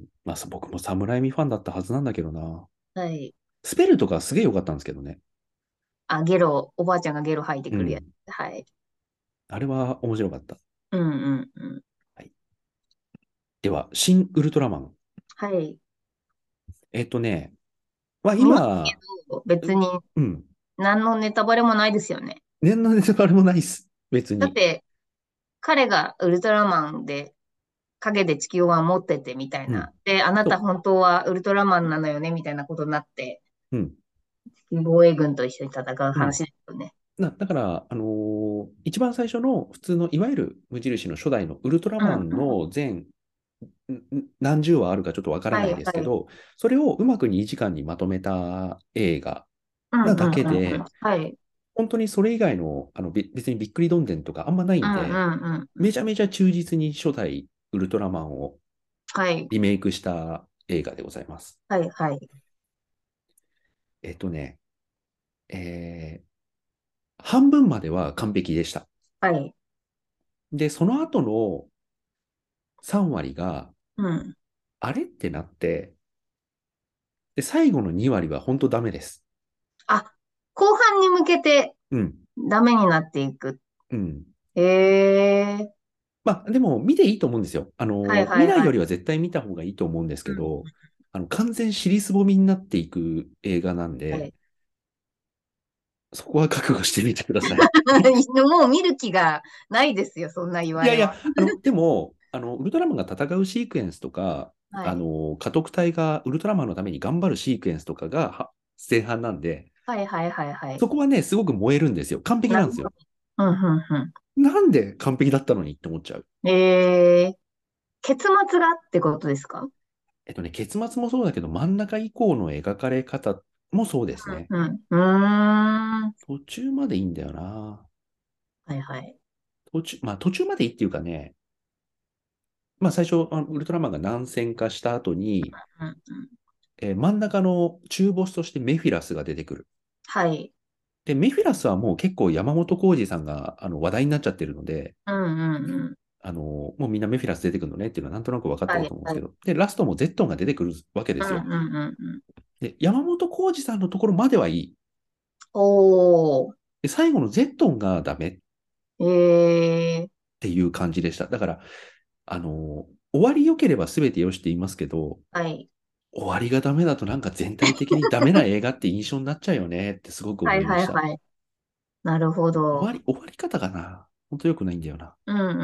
まあ、そ僕もサムライミファンだったはずなんだけどな。 はい。 スペルとかすげえ良かったんですけどね。 あ、ゲロ、おばあちゃんがゲロ吐いてくるやつ。 うん。 はい。 あれは面白かった。 うんうんうん。 はい。では、新ウルトラマン。 はい。 えっとね、まあ見ましたけ今、 ど、別にうん、 何のネタバレもないですよね。 念のネタバレもないっす。別に。 だって、彼がウルトラマンで、影で地球を守っててみたいうん。 な。で、あなたそ本当はウルトラマンなのよねみたいなことになって、 う。うん。 防衛軍と一緒に戦ううん。 話ですよね。 な、だから、あのー一番最初の普通のいわゆる無印の初代のウルトラマンうんうん。 の全ん何十話あるかちょっとわからないはいはい。 ですけど、それをうまくにじかんにまとめた映画うんうんなだけうんうん。 で、 はい。 本当にそれ以外の、あのべ別にびっくりどんでんとかあんまないうんうんで、 んうん。 めちゃめちゃ忠実に初代ウルトラマンをはい。 リメイクした映画でございます。 はいはい。 えっとね、えー半分までは完璧でした。 はい。 で、その後のさん割が、 うん。 あれってなって、で、最後のに割は本当ダメです。 あ、後半に向けてうん。 ダメになっていく。 うん。 へえ。 まあ、でも見ていいと思うんですよ。あはいの、見ないよりはいはい。 は絶対見た方がいいと思うんですうん。 けど、あの、完全尻すぼみになっていく映画なんで、 はい。 そこは覚悟してみてください。 もう見る気がないですよ、そんな言いやいや、 われは。 あの、でも、あの、ウルトラマンが戦うシークエンスとか、 はい。 あの、家督隊がウルトラマンのために頑張るシークエンスとかがは前半なんで、 はいはいはいはい。 そこはね、すごく燃えるんですよ。完璧なんですよ。 なるほど。うんうんうん。 なんで完璧だったのにって思っちゃう。 えー、結末がってことですか？ えっとね、結末もそうだけど、真ん中以降の描かれ方もそうですね。 うん、うん。うーん。 途中までいいんだよな。 はいはい。 途中、まあ途中までいいっていうかね、まあ最初、あのウルトラマンが難戦化した後に、 うん、うん。 えー真ん中の中ボスとしてメフィラスが出てくる。 はい。 で、メフィラスはもう結構山本浩二さんがあの話題になっちゃってるので、 うん、うん、うん。 あの、もうみんなメフィラス出てくるのねっていうのはなんとなく分かってはい、はい。 ると思うんですけど、で、ラストもゼットンが出てくるわけでうん、 すよ。 うん、うん、うん。 で、山本浩二さんのところまではいい。 おー。 で、最後のゼットンがダメっえー、 ていう感じでした。だから、あの、終わり良ければ全て良しって言いますけど、 はい。 終わりがダメだとなんか全体的にダメな映画って印象になっちゃうよねってすごくはい、はい、 思いました。 はい。なるほど。 終わり、終わり方がな、本当良くないんだよな。 うん、うん、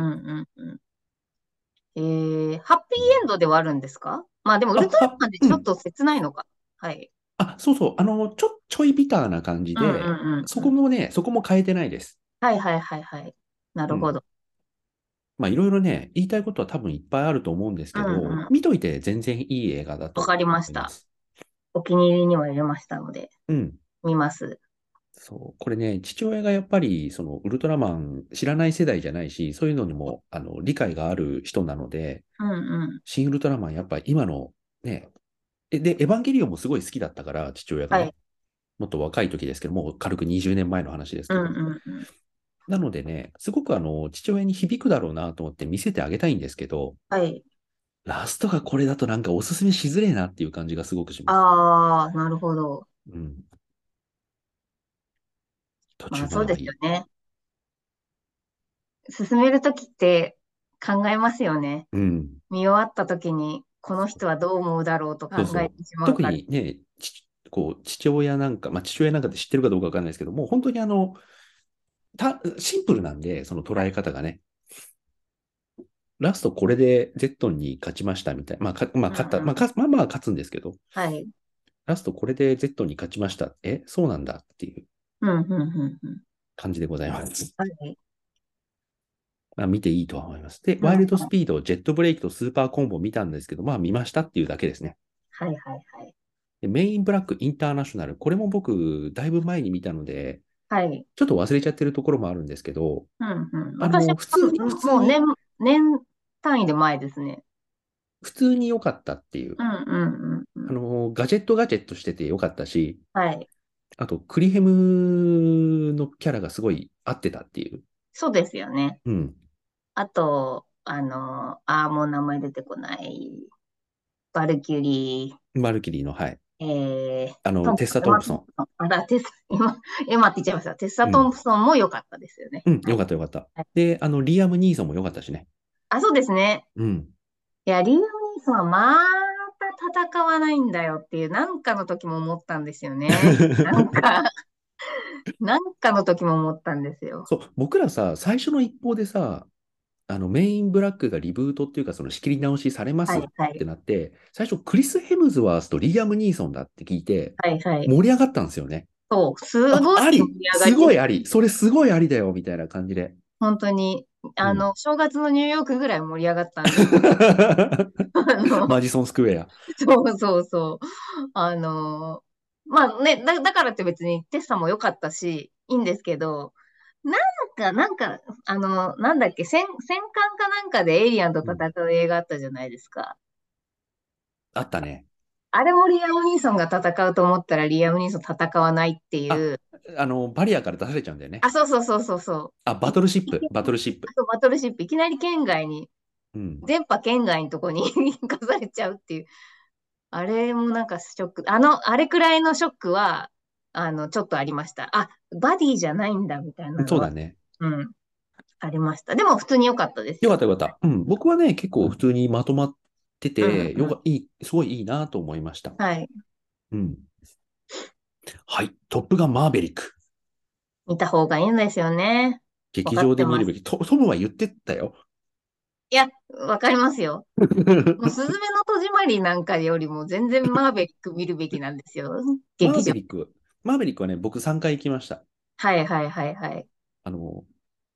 うん、うん。えー、ハッピーうんエンドではあるんですか？まあでも、ウルあ、 トラは、 マンでうん。 ちょっと切ないのか。はい。 あ、そうそう。あの、ちょ、ちょいビターな感じうん、うで、 ん、うん、うん。 そこもね、そこも変えてないです。 はい、はい、はい、はい。なうん。 るほど。 まあ、いろいろね、言いたいことは多分いっぱいあると思うんですうん、 けど、 うん。 見といて全然いい映画だとわかりました。 思います。 お気に入りには入れましたので、 うん。 見ます。 そう。これね、父親がやっぱり、その、ウルトラマン知らない世代じゃないし、そういうのにも、あの、理解がある人なので、 うん、うん。 シン・ウルトラマン、やっぱり今の、ね、えで、エヴァンゲリオンもすごい好きだったから、父親がはい。 ね、もっと若い時ですけど、もう軽くにじゅうねんまえの話ですうん、 けど、 うん、うん。 なのでね、すごくあの、父親に響くだろうなと思って見せてあげたいんですけど、 はい。 ラストがこれだとなんかおすすめしづれえなっていう感じがすごくします。 あー、なるほど。 うん。途中まあそうですまではいい。 よね。進めるときって考えますよね。 うん。 見終わったときに、この人はどう思うだろうと考えそうそう。 てしまう特から。 にね、ちこう、父親なんか、まあ父親なんかって知ってるかどうかわかんないですけども、本当にあの、た、シンプルなんで、その捉え方がね。ラストこれでゼットンに勝ちましたみたいな。まあ、かまあ、 うん、 勝った。まあ、 うん。 かまあまあ勝つんですけど、 はい。 ラストこれでゼットンに勝ちました。え、そうなんだっていううん、うん、うん、うん。 感じでございます。 はい。 まあ、見ていいとは思います。で、 うん、うん。 ワイルドスピード、ジェットブレイクとスーパーコンボ見たんですけど、まあ見ましたっていうだけですね。 はい、はい、はい。 でメインブラックインターナショナル、これも僕、だいぶ前に見たので、 はい。 ちょっと忘れちゃってるところもあるんですけど、 うん、うん。私は、 あの、普通に、普通に、 もう年、年単位で前ですね。 普通に良かったっていう。 うん、うん、うん、うん。 あの、ガジェットガジェットしてて良かったし、 はい。 あと、クリヘムのキャラがすごい合ってたっていう。 そうですよね。 うん。 あと、あの、あーもう名前出てこない。バルキュリマルキリーの、はい。 ー、えー、 あの、 トンプテッサ・ソン、エマ・トトンプソン。 ンプソン。あら、テス、今、エマって言っちゃいました。テッサ・うん。 トンプソンも良かったですよね。 うん、 はい。 よかったよかった。 はい。 で、あの、リアム・ニーソンもよかったしね。 あ、そうですね。 うん。 いや、リーム・ニーソンはまた戦わないんだよっていう、なんかの時も思ったんですよね。なんか、なんかの時も思ったんですよ。 そう、僕らさ、最初の一報でさ、あの、メインブラックがリブートっていうか、その仕切り直しされますっはい、はい、 てなって、最初、クリス・ヘムズワースとリアム・ニーソンだって聞いて、 はい、はい。 盛り上がったんですよね。 そう、すあ、 ごい盛あり、 り上がりです。 すごいあり、それすごいありだよ、みたいな感じで。 本当に、 うん。 あの、正月のニューヨークぐらい盛り上がったんで、あの、 マジソンスクエア。 そうそうそう。あの、まあね、だ、だからって別にテッサも良かったし、いいんですけど、なんか、なんか、あの、なんだっけ、戦、戦艦かなんかでエイリアンとうん。 戦う映画あったじゃないですか。 あったね。 あれもリアム・ニーソンが戦うと思ったらリアム・ニーソン戦わないっていあ、 う。 あの、バリアから出されちゃうんだよね。 あ、そうそうそうそうそう。 あ、バい、 トルシップ、 いバトルシップ。 あとバトルシップ、いきなり県外に、 うん。 電波圏外のとこに行かされちゃうっていう。あれもなんかショック。あの、あれくらいのショックは、あの、ちょっとありました。あ、バディじゃないんだみたいなのは、 そうだね。 うん、ありました。でも普通に良かったですよ。 よかったよかった。うん。僕はね、結構普通にまとまってうん、 て、 うん。 よか、いい、すごいいいなと思いました。 はい。 うん。はい。トップガンマーベリック。 見た方がいいんですよね。わかっ劇場でてます。 見るべき。ト、トムは言ってたよ。 いや、わかりますよ。もう、すずめの戸締まりなんかよりも全然マーベリック見るべきなんですよ。 マ劇場。 ーベリック。マーベリックはね、僕さんかい行きました。 はいはいはいはい。 あの、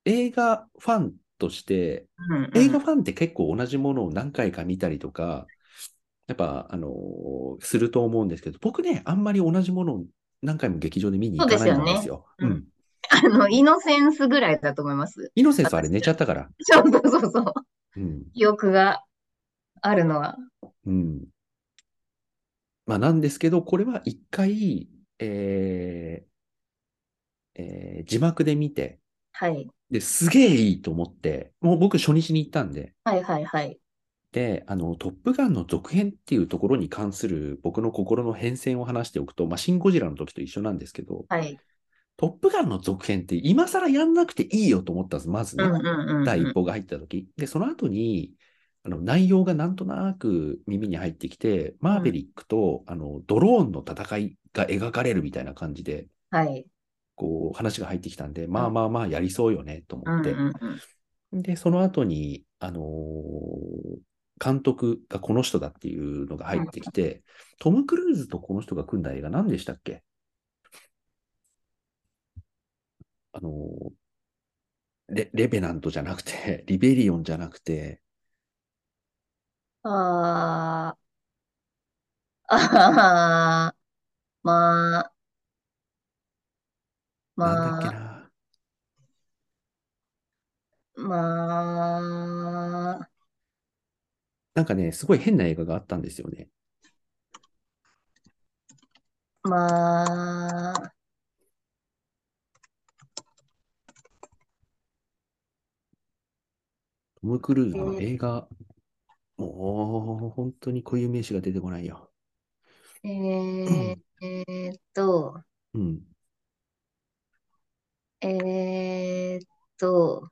映画ファンとして、 うんうん。 映画ファンって結構同じものを何回か見たりとか、やっぱ、あのーすると思うんですけど、僕ね、あんまり同じものを何回も劇場で見にそうで行かないすよね。 んですよ。 うん。 うん。 あの、イノセンスぐらいだと思います。 イノセンスはあれ私が。 寝ちゃったから。 そうそうそうそう。 うん。 記憶があるのは。 うん。まあ、なんですけど、これは一回、えーえー字幕で見て、 はい。 で、すげえいいと思って、もう僕初日に行ったんで、 はいはいはい。 で、あの、トップガンの続編っていうところに関する僕の心の変遷を話しておくと、まあ、シン・ゴジラの時と一緒なんですけど、 はい。 トップガンの続編って今更やんなくていいよと思ったんです、まずね。 うんうんうんうん。 第一報が入った時。で、その後に、あの内容がなんとなく耳に入ってきて、マーうん。 ベリックとあのドローンの戦いが描かれるみたいな感じで、 はい。 こう話が入ってきたんで、 うんまあまあまあやりそうよねと思うんって。 うんうん。 で、その後に、あのー監督がこの人だっていうのが入っうん。 てきて、トム・クルーズとこの人が組んだ映画何でしたっけ？あのーレ、レベナントじゃなくて、リベリオンじゃなくて、 ああ、ああ、まあ、 なんだっけまあ、 な。 まあ、 なんかね、すごい変な映画があったんですよね。 まあ、 トム・クルーズのえー、 映画、もう本当に固有名詞が出てこないよ。 えーえーっと、 うん。 えーっと、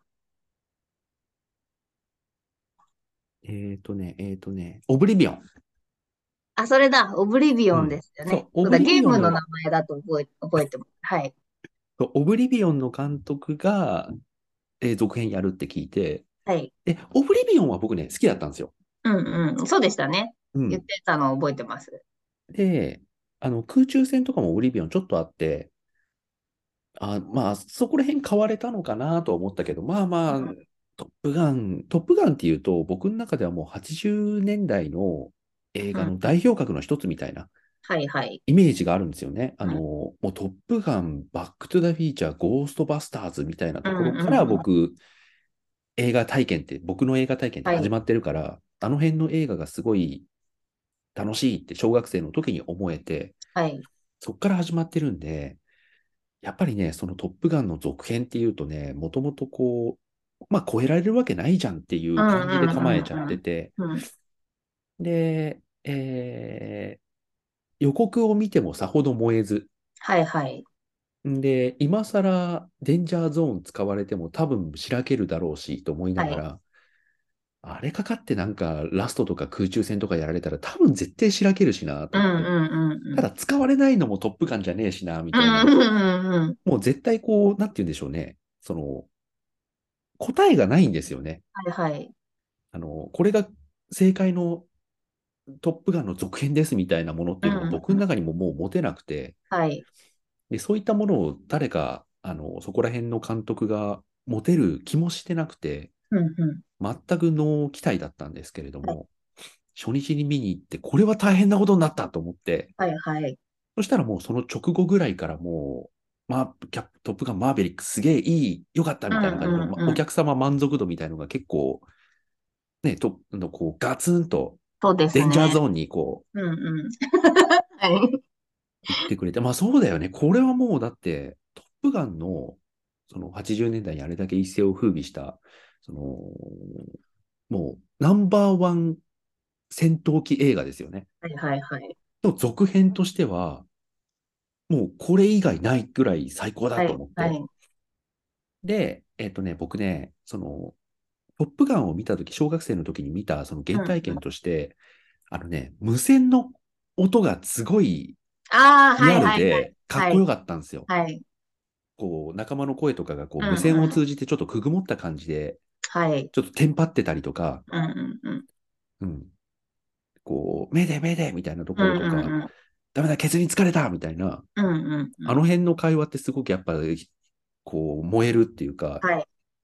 えっとね、えっとね、オブリビオン。 あ、それだ、オブリビオンでうん。 すよね。 そう、オブそうだ、ゲームの名リビオンの、 前だと覚え、覚えてます。はい。 そうオブリビオンの監督が、えー続編やるって聞いて、 はい。 で、オブリビオンは僕ね、好きだったんですよ。 うんうん。そうでしたね。言っうん。 てたのを覚えてます。 で、あの、空中戦とかもオブリビオンちょっとあって、あ、まあ、そこら辺買われたのかなとは思ったけど、まあまあ、トップガン、トップガンっていうと、僕の中ではもうはちじゅうねんだいの映うん。 画の代表格の一つみたいなはいはい。 イメージがあるんですよね。あの、 うん。 もうトップガン、バックトゥザフィーチャー、ゴーストバスターズみたいなうんところからうんうん。 僕、映画体験って、僕の映画体験ってはい。 始まってるから、あの辺の映画がすごい楽しいって小学生の時に思えて、 はい。 そっから始まってるんで、やっぱりね、そのトップガンの続編っていうとね、もともとこう、まあ超えられるわけないじゃんっていうんう感じで構えちゃってうんて、 うんうん。 で、えー予告を見てもさほど燃えず、 はいはい。 で、今更デンジャーゾーン使われても多分しらけるだろうしと思いなはい。 がら、あれかかってなんかラストとか空中戦とかやられたら多分絶対しらけるしなとうん思って。 うんうんうん。 ただ使われないのもトップガンじゃねえしな、みたいな。 うんうんうんうん。 もう絶対こう、なんて言うんでしょうね。その、答えがないんですよね。 はいはい。 あの、これが正解のトップガンの続編ですみたいなものってうんいうのが僕のうん。 中にももう持てなくて、 はい。 で、そういったものを誰か、あの、そこら辺の監督が持てる気もしてなくて、 うんうん。 全くノー期待だったんですけれども、初日に見に行って、これは大変なことになったと思って、 はいはい。 そしたらもうその直後ぐらいからもう、まあ、キャトップガンマーヴェリックすげえいい、良かったうんみたいな感じの、まあ、 うんうん。 お客様満足度みたいのが結構、ね、と、のこうガツンとそうですデンジャーね。 ゾーンにこうんうん。はい。 う行ってくれて、まあそうだよね。これはもうだって、トップガンのそのはちじゅうねんだいにあれだけ一世を風靡した、その、もうナンバーワン戦闘機映画ですよね。 はいはいはい。 の続編としては、もうこれ以外ないぐらい最高だはと思って。 いはい。 で、えっとね、僕ね、その、トップガンを見たとき、小学生の時に見たそのうん原体験うん。 として、あのね、無線の音がすごいああ、 リアはいはいルでかっはい。 こよかったんですよ。 はい。 こう、仲間の声とかがこううん無線をうん。 通じてちょっとくぐもった感じで、 はい。 ちょっとテンパってたりとか、 うんうんうん。 うん、こう、めでめでみたいなとうんころとか、 うんうん。 ダメだ、ケツに疲れたみたいな、 うんうんうん。 あの辺の会話ってすごくやっぱ、こう、燃えるっていうか、 はい。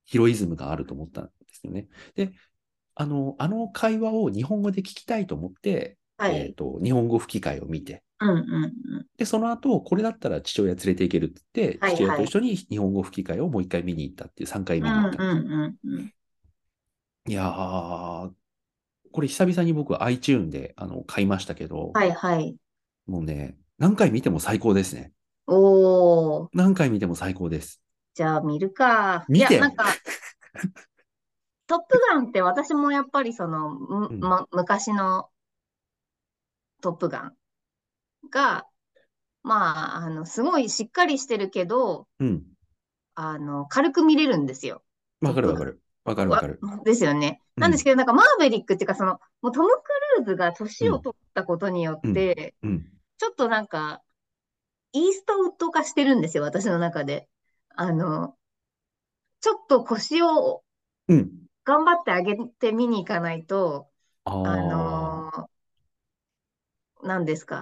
ヒロイズムがあると思ったんですよね。で、あの、あの会話を日本語で聞きたいと思って、 はい。 えっと、日本語吹き替えを見て、 うんうんうん。 で、その後、これだったら父親連れて行けるって言って、父親はいはい。 と一緒に日本語吹き替えをもう一回見に行ったっていう、さんかいう見に行ったんです。 んうんうんうん。 いやー、これ久々に僕は iTune であの買いましたけど、 はいはい。 もうね、何回見ても最高ですね。 おー。 何回見ても最高です。 じゃあ見るか。いや、 見てよ。 なんか、トップガンって私もやっぱりその、む、 うん、 ま、昔のトップガンが、まあ、あの、すごいしっかりしてるけど、 うん。 あの、軽く見れるんですよ。トップガン。 わかるわかる。わかるわかわる。 ですよね。 うん、 なんですけど、なんかマーヴェリックっていうか、その、もうトム・クルーズがうん、 年を取ったことによっうん、 て、 うん。 ちょっとなんか、イーストウッド化してるんですよ、私の中で。あの、ちょっと腰をうん。 頑張ってあげて見に行かないと、 あああ、 の、何ですか、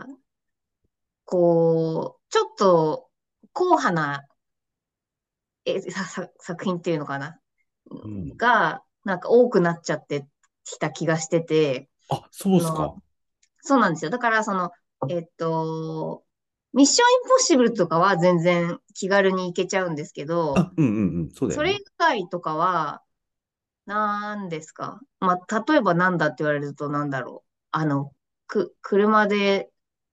こう、ちょっと硬派なえささ作品っていうのかなうん。 が、なんか多くなっちゃってきた気がしてて、 あ、そうっすあの、 か。 そうなんですよ。だから、その、えっと、ミッションインポッシブルとかは全然気軽に行けちゃうんですけど、 あ、うんうんうん。そうだよそれ以ね。 外とかは、なんですか。まあ、例えばなんだって言われるとなんだろう。あの、く、車で、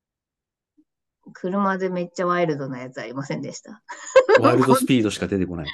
車でめっちゃワイルドなやつありませんでした。 ワイルドスピードしか出てこない。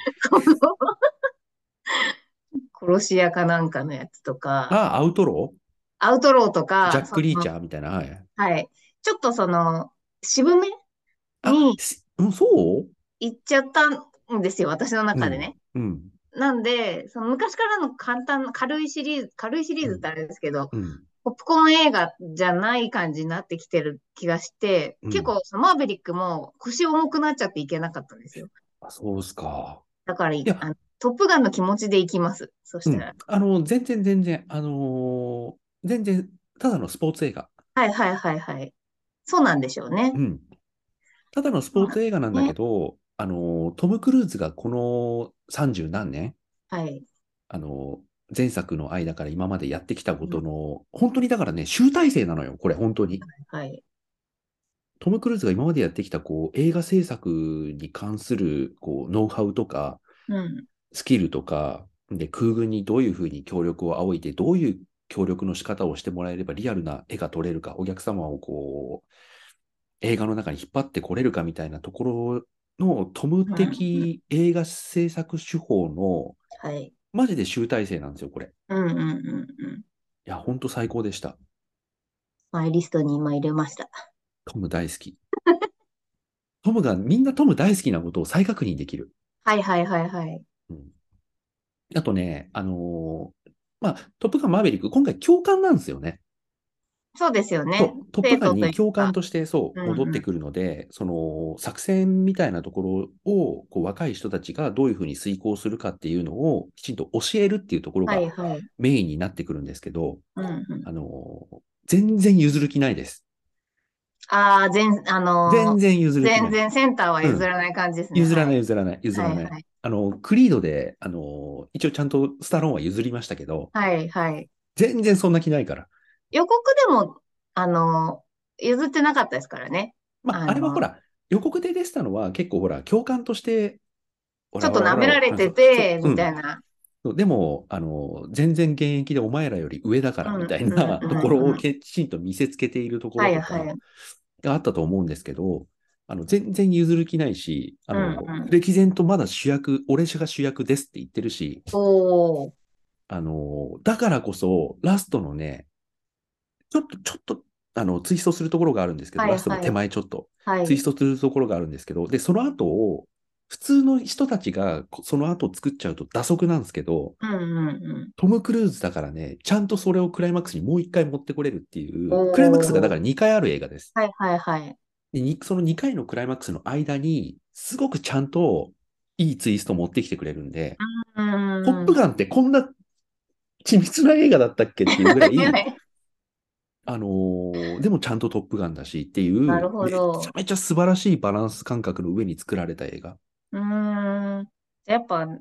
殺し屋かなんかのやつとか、 あ、アウトロアウトローとか、 ージャック・リーチその、 ャーみたいな。はい。 はい。ちょっとその、渋めあ、 にしうん、そう行っちゃったんですよ、私のうん、 中でね。 うん、 なんで、その昔からの簡単な、軽いシリーズ、軽いシリーうん、 ズってあれですけど、 うん、 ポップコーン映画じゃない感じになってきてる気がして、 うん。 結構、そのマーベリックも腰重くなっちゃっていけなかったんですよ。 あ、そうっすか。 だから、いいや、 あのトップガンの気持ちで行きます。そしうん。 たら。 あの、全然全然、あのー全然、ただのスポーツ映画。 はいはいはいはい。そうなんでしょうね。 うん。ただのスポーそうなんでツ映画なんだすね。 けど、あのートム・クルーズがこのさんじゅう何年、 はい。 あのー前作の間から今までやってきたこうん、 との、本当にだからね、集大成なのよ、これ、本当に。 はい。 トム・クルーズが今までやってきた、こう、映画制作に関する、こう、ノウハウとか、 うん。 スキルとか、で、空軍にどういうふうに協力を仰いで、どういう協力の仕方をしてもらえればリアルな絵が撮れるか、お客様をこう、映画の中に引っ張ってこれるかみたいなところのトムうん。 的映画制作手法の、 はい。 マジで集大成なんですよ、これ。いうんうんうんうん。 や、ほんと最高でした。 マイリストに今入れました。 トム大好き。トムが、みんなトム大好きなことを再確認できる。 はいはいはいはい。 うん、あとね、あのーまあ、トップガンマーヴェリック、今回共感なんですよね。 そうですよね。 そう、トップ生徒とガンに共いうか。 感としてそうんうん。 う戻ってくるので、その作戦みたいなところをこう若い人たちがどういうふうに遂行するかっていうのをきちんと教えるっていうところがはいはい。 メインになってくるんですけど、 うんうん。 あの、全然譲る気ないです。 ああ、全、あのー全然譲る気ない。 全然センターはうん。 譲らない感じですね。 譲らない、 はい。 譲らない、譲らない。 はいはい。 あの、クリードで、あの、一応ちゃんとスタローンは譲りましたけど、 はいはい。 全然そんな気ないから。 予告でも、あのー譲ってなかったですからね。 まあ、 あのーあれはほら、予告で出てたのは結構ほら、共感として、オちょっとラオラオラを、 舐められあそてて、 うそう、うん。 みたいな。 そうでも、あの、全然現役でお前らより上だからみたいうんうんなところうんうん。 をきちんと見せつけているところとかはいはい。 があったと思うんですけど、あの、全然譲る気ないし、あうんの、 うん。 歴然とまだ主役、俺が主役ですって言ってるし、 おー。 あの、だからこそ、ラストのね、ちょっと、ちょっと、あの、ツイストするところがあるんですけど、ラストの手はいはい。 前ちょっと、ツイスはい。 トするところがあるんですけど、で、その後を、普通の人たちがこその後作っちゃうと打足なんですけど、 うんうんうん。 トム・クルーズだからね、ちゃんとそれをクライマックスにもう一回持ってこれるっていう、クライマックスがだおー。 からにかいある映画です。 はいはいはい。 で、にそのにかいのクライマックスの間に、すごくちゃんといいツイスト持ってきてくれるんで、 うトップん。 ガンってこんな緻密な映画だったっけっていうぐらい、あのーでもちゃんとトップガンだしっていう、 なるほめちゃど。 めちゃ素晴らしいバランス感覚の上に作られた映画。 うーん。やっぱね、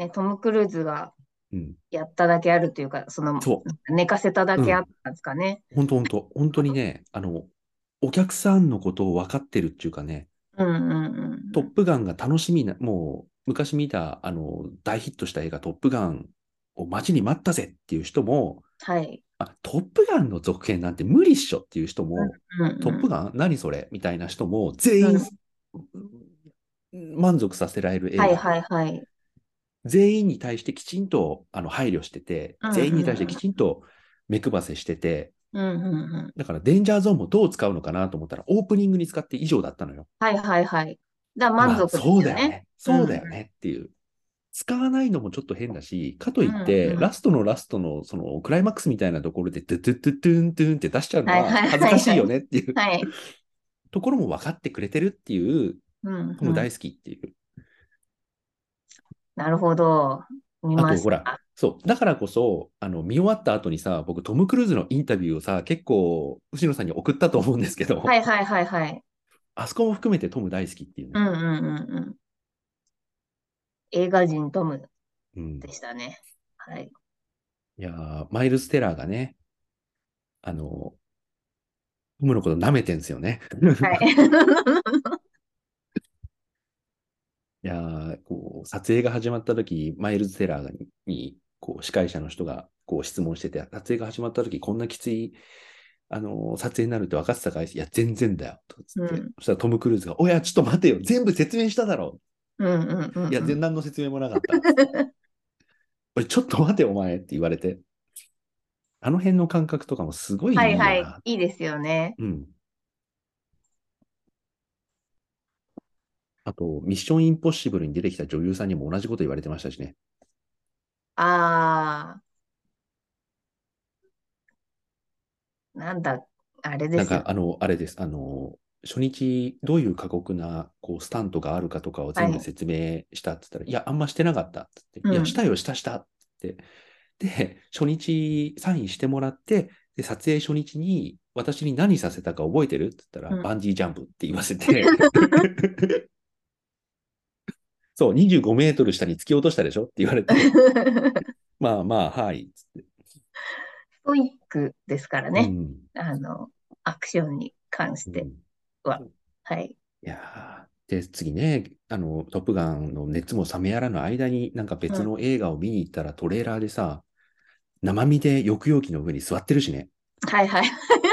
ね、トム・クルーズがうん。 やっただけあるというか、その、 そ寝かせただう。うけあっん。 たんですかね。 本当本当本当にね、あの、お客さんのことを分かってるっていうかね、 うんうんうんうん。 トップガンが楽しみな、もう昔見た、あの、大ヒットした映画トップガンを待ちに待ったぜっていう人も、 はい。 あ、トップガンの続編なんて無理っしょっていう人も、 うんうんトップガン何それみたいな人も、全員うん。 満足させられる映画。 はいはいはい。 全員に対してきちんとあの配慮してて、 うん全員に対してきうんちんと目配せしてて、 うん。うんうんうん。 だからデンジャーゾーンもどう使うのかなと思ったら、オープニングに使って以上だったのよ。 はいはいはい。だから満まあ、 足ですよね。 そうだよね。 うんうんそうだよねっていう。使わないのもちょっと変だし、かとういって、 んうん。 ラストのラストのそのクライマックスみたいなところで、トゥトゥトゥトゥントゥンって出しちゃうのはいはいは恥ずかしいよはいはい。 ねっていうはい。 ところも分かってくれてるっていう、 うんうん。 トム大好きっていう。 なるほど。見あと、ほら、 ました。 そう。だからこそ、あの、見終わった後にさ、僕、トム・クルーズのインタビューをさ、結構、牛野さんに送ったと思うんですけど、 はいはいはいはい。 あそこも含めてトム大好きっていうね。 うんうんうんうん。映画人トムうん。 でしたね。はい。 いやー、マイルス・テラーがね、あの、トムのこと舐めてんすよね。 はい。 いやー、こう、撮影が始まった時、マイルズ・テラーに、にこう、司会者の人が、こう、質問してて、撮影が始まった時、こんなきつい、あのー撮影になるって分かってたかい？いや、全然だよ。とかつって。 うん。 そしたらトム・クルーズが、おや、ちょっと待てよ。全部説明しただろ。 うんうんうんいや、 うん。 全然何の説明もなかった。つって。おい、ちょっと待て、お前って言われて。あの辺の感覚とかもすごいはいはい。 いいよな。 いいですよね。 うん。あと、ミッション・インポッシブルに出てきた女優さんにも同じこと言われてましたしね。 あー、なんだ、あれですよ。 なんか、あの、あれです。あの、初日、どういう過酷な、こう、スタントがあるかとかをはい。 全部説明したって言ったら、いや、あんましてなかったって言って、いや、しうん。 たよ、したしたって。で、初日サインしてもらって、で、撮影初日に私に何させたか覚えてるって言ったら、 うん。 バンジージャンプって言わせて、そう、にじゅうごメートル下に突き落としたでしょって言われて、まあまあ、はい、つって。 ストイックですからね。 うん。 あの、アクションに関してうん。 は。はい。 いやーで、次ね、あの、トップガンの熱も冷めやらぬ間に、なんかうん。 別の映画を見に行ったらトレーラーでさ、生身で抑揚機の上に座ってるしね。 はいはい。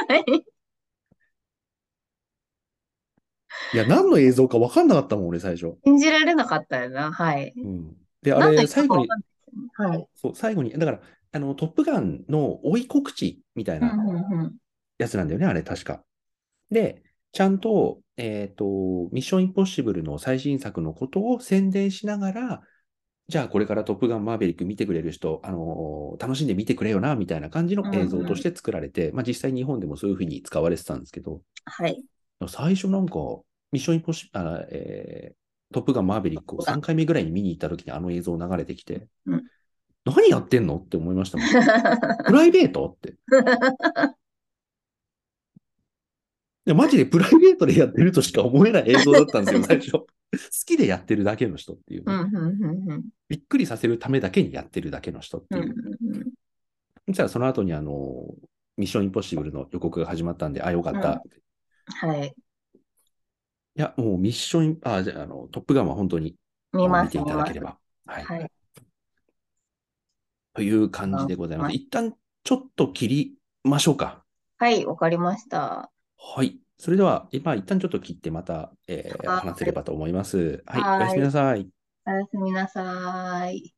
いや、何の映像か分かんなかったもん、俺最初。 信じられなかったよな。はい。 うん。で、あれ、 何の言った最後に、 かわかんないですよね。はい。 そう、最後に、だから、あの、トップガンの追い告知みたいなうんうんうん。 やつなんだよね、あれ、確か。で、ちゃんと、えっと、ミッションインポッシブルの最新作のことを宣伝しながら、じゃあこれからトップガンマーヴェリック見てくれる人、あのー楽しんで見てくれよな、みたいな感じのうん映像うん。 として作られて、まあ実際日本でもそういうふうに使われてたんですけど、 はい。 最初なんか、ミッションインポッシブル、あ、えー、トップガンマーヴェリックをさんかいめぐらいに見に行った時にあの映像流れてきて、 うん。 何やってんのって思いましたもん。プライベートって。でマジでプライベートでやってるとしか思えない映像だったんですよ、最初。好きでやってるだけの人っていうね。 うんうんうんうん。 びっくりさせるためだけにやってるだけの人っうんていう。 うんそしたらその後にあの、ミッションインポッシブルの予告が始まったんで、あ、よかうん。うん。 った。いはい。 や、もうミッションイン、あ、じゃあ、あの、トップガンは本当に見ます、 あの見てい見ます。 ただければ。はい。 はい。 という感じあでございます。 ま一旦ちょっと切りましょうか。 はい、わかりました。 はい。それでは、今、一旦ちょっと切ってまた、えーは話せれい。 ばと思います。はい。おやすみなはい。 さい。 おやすみなさい。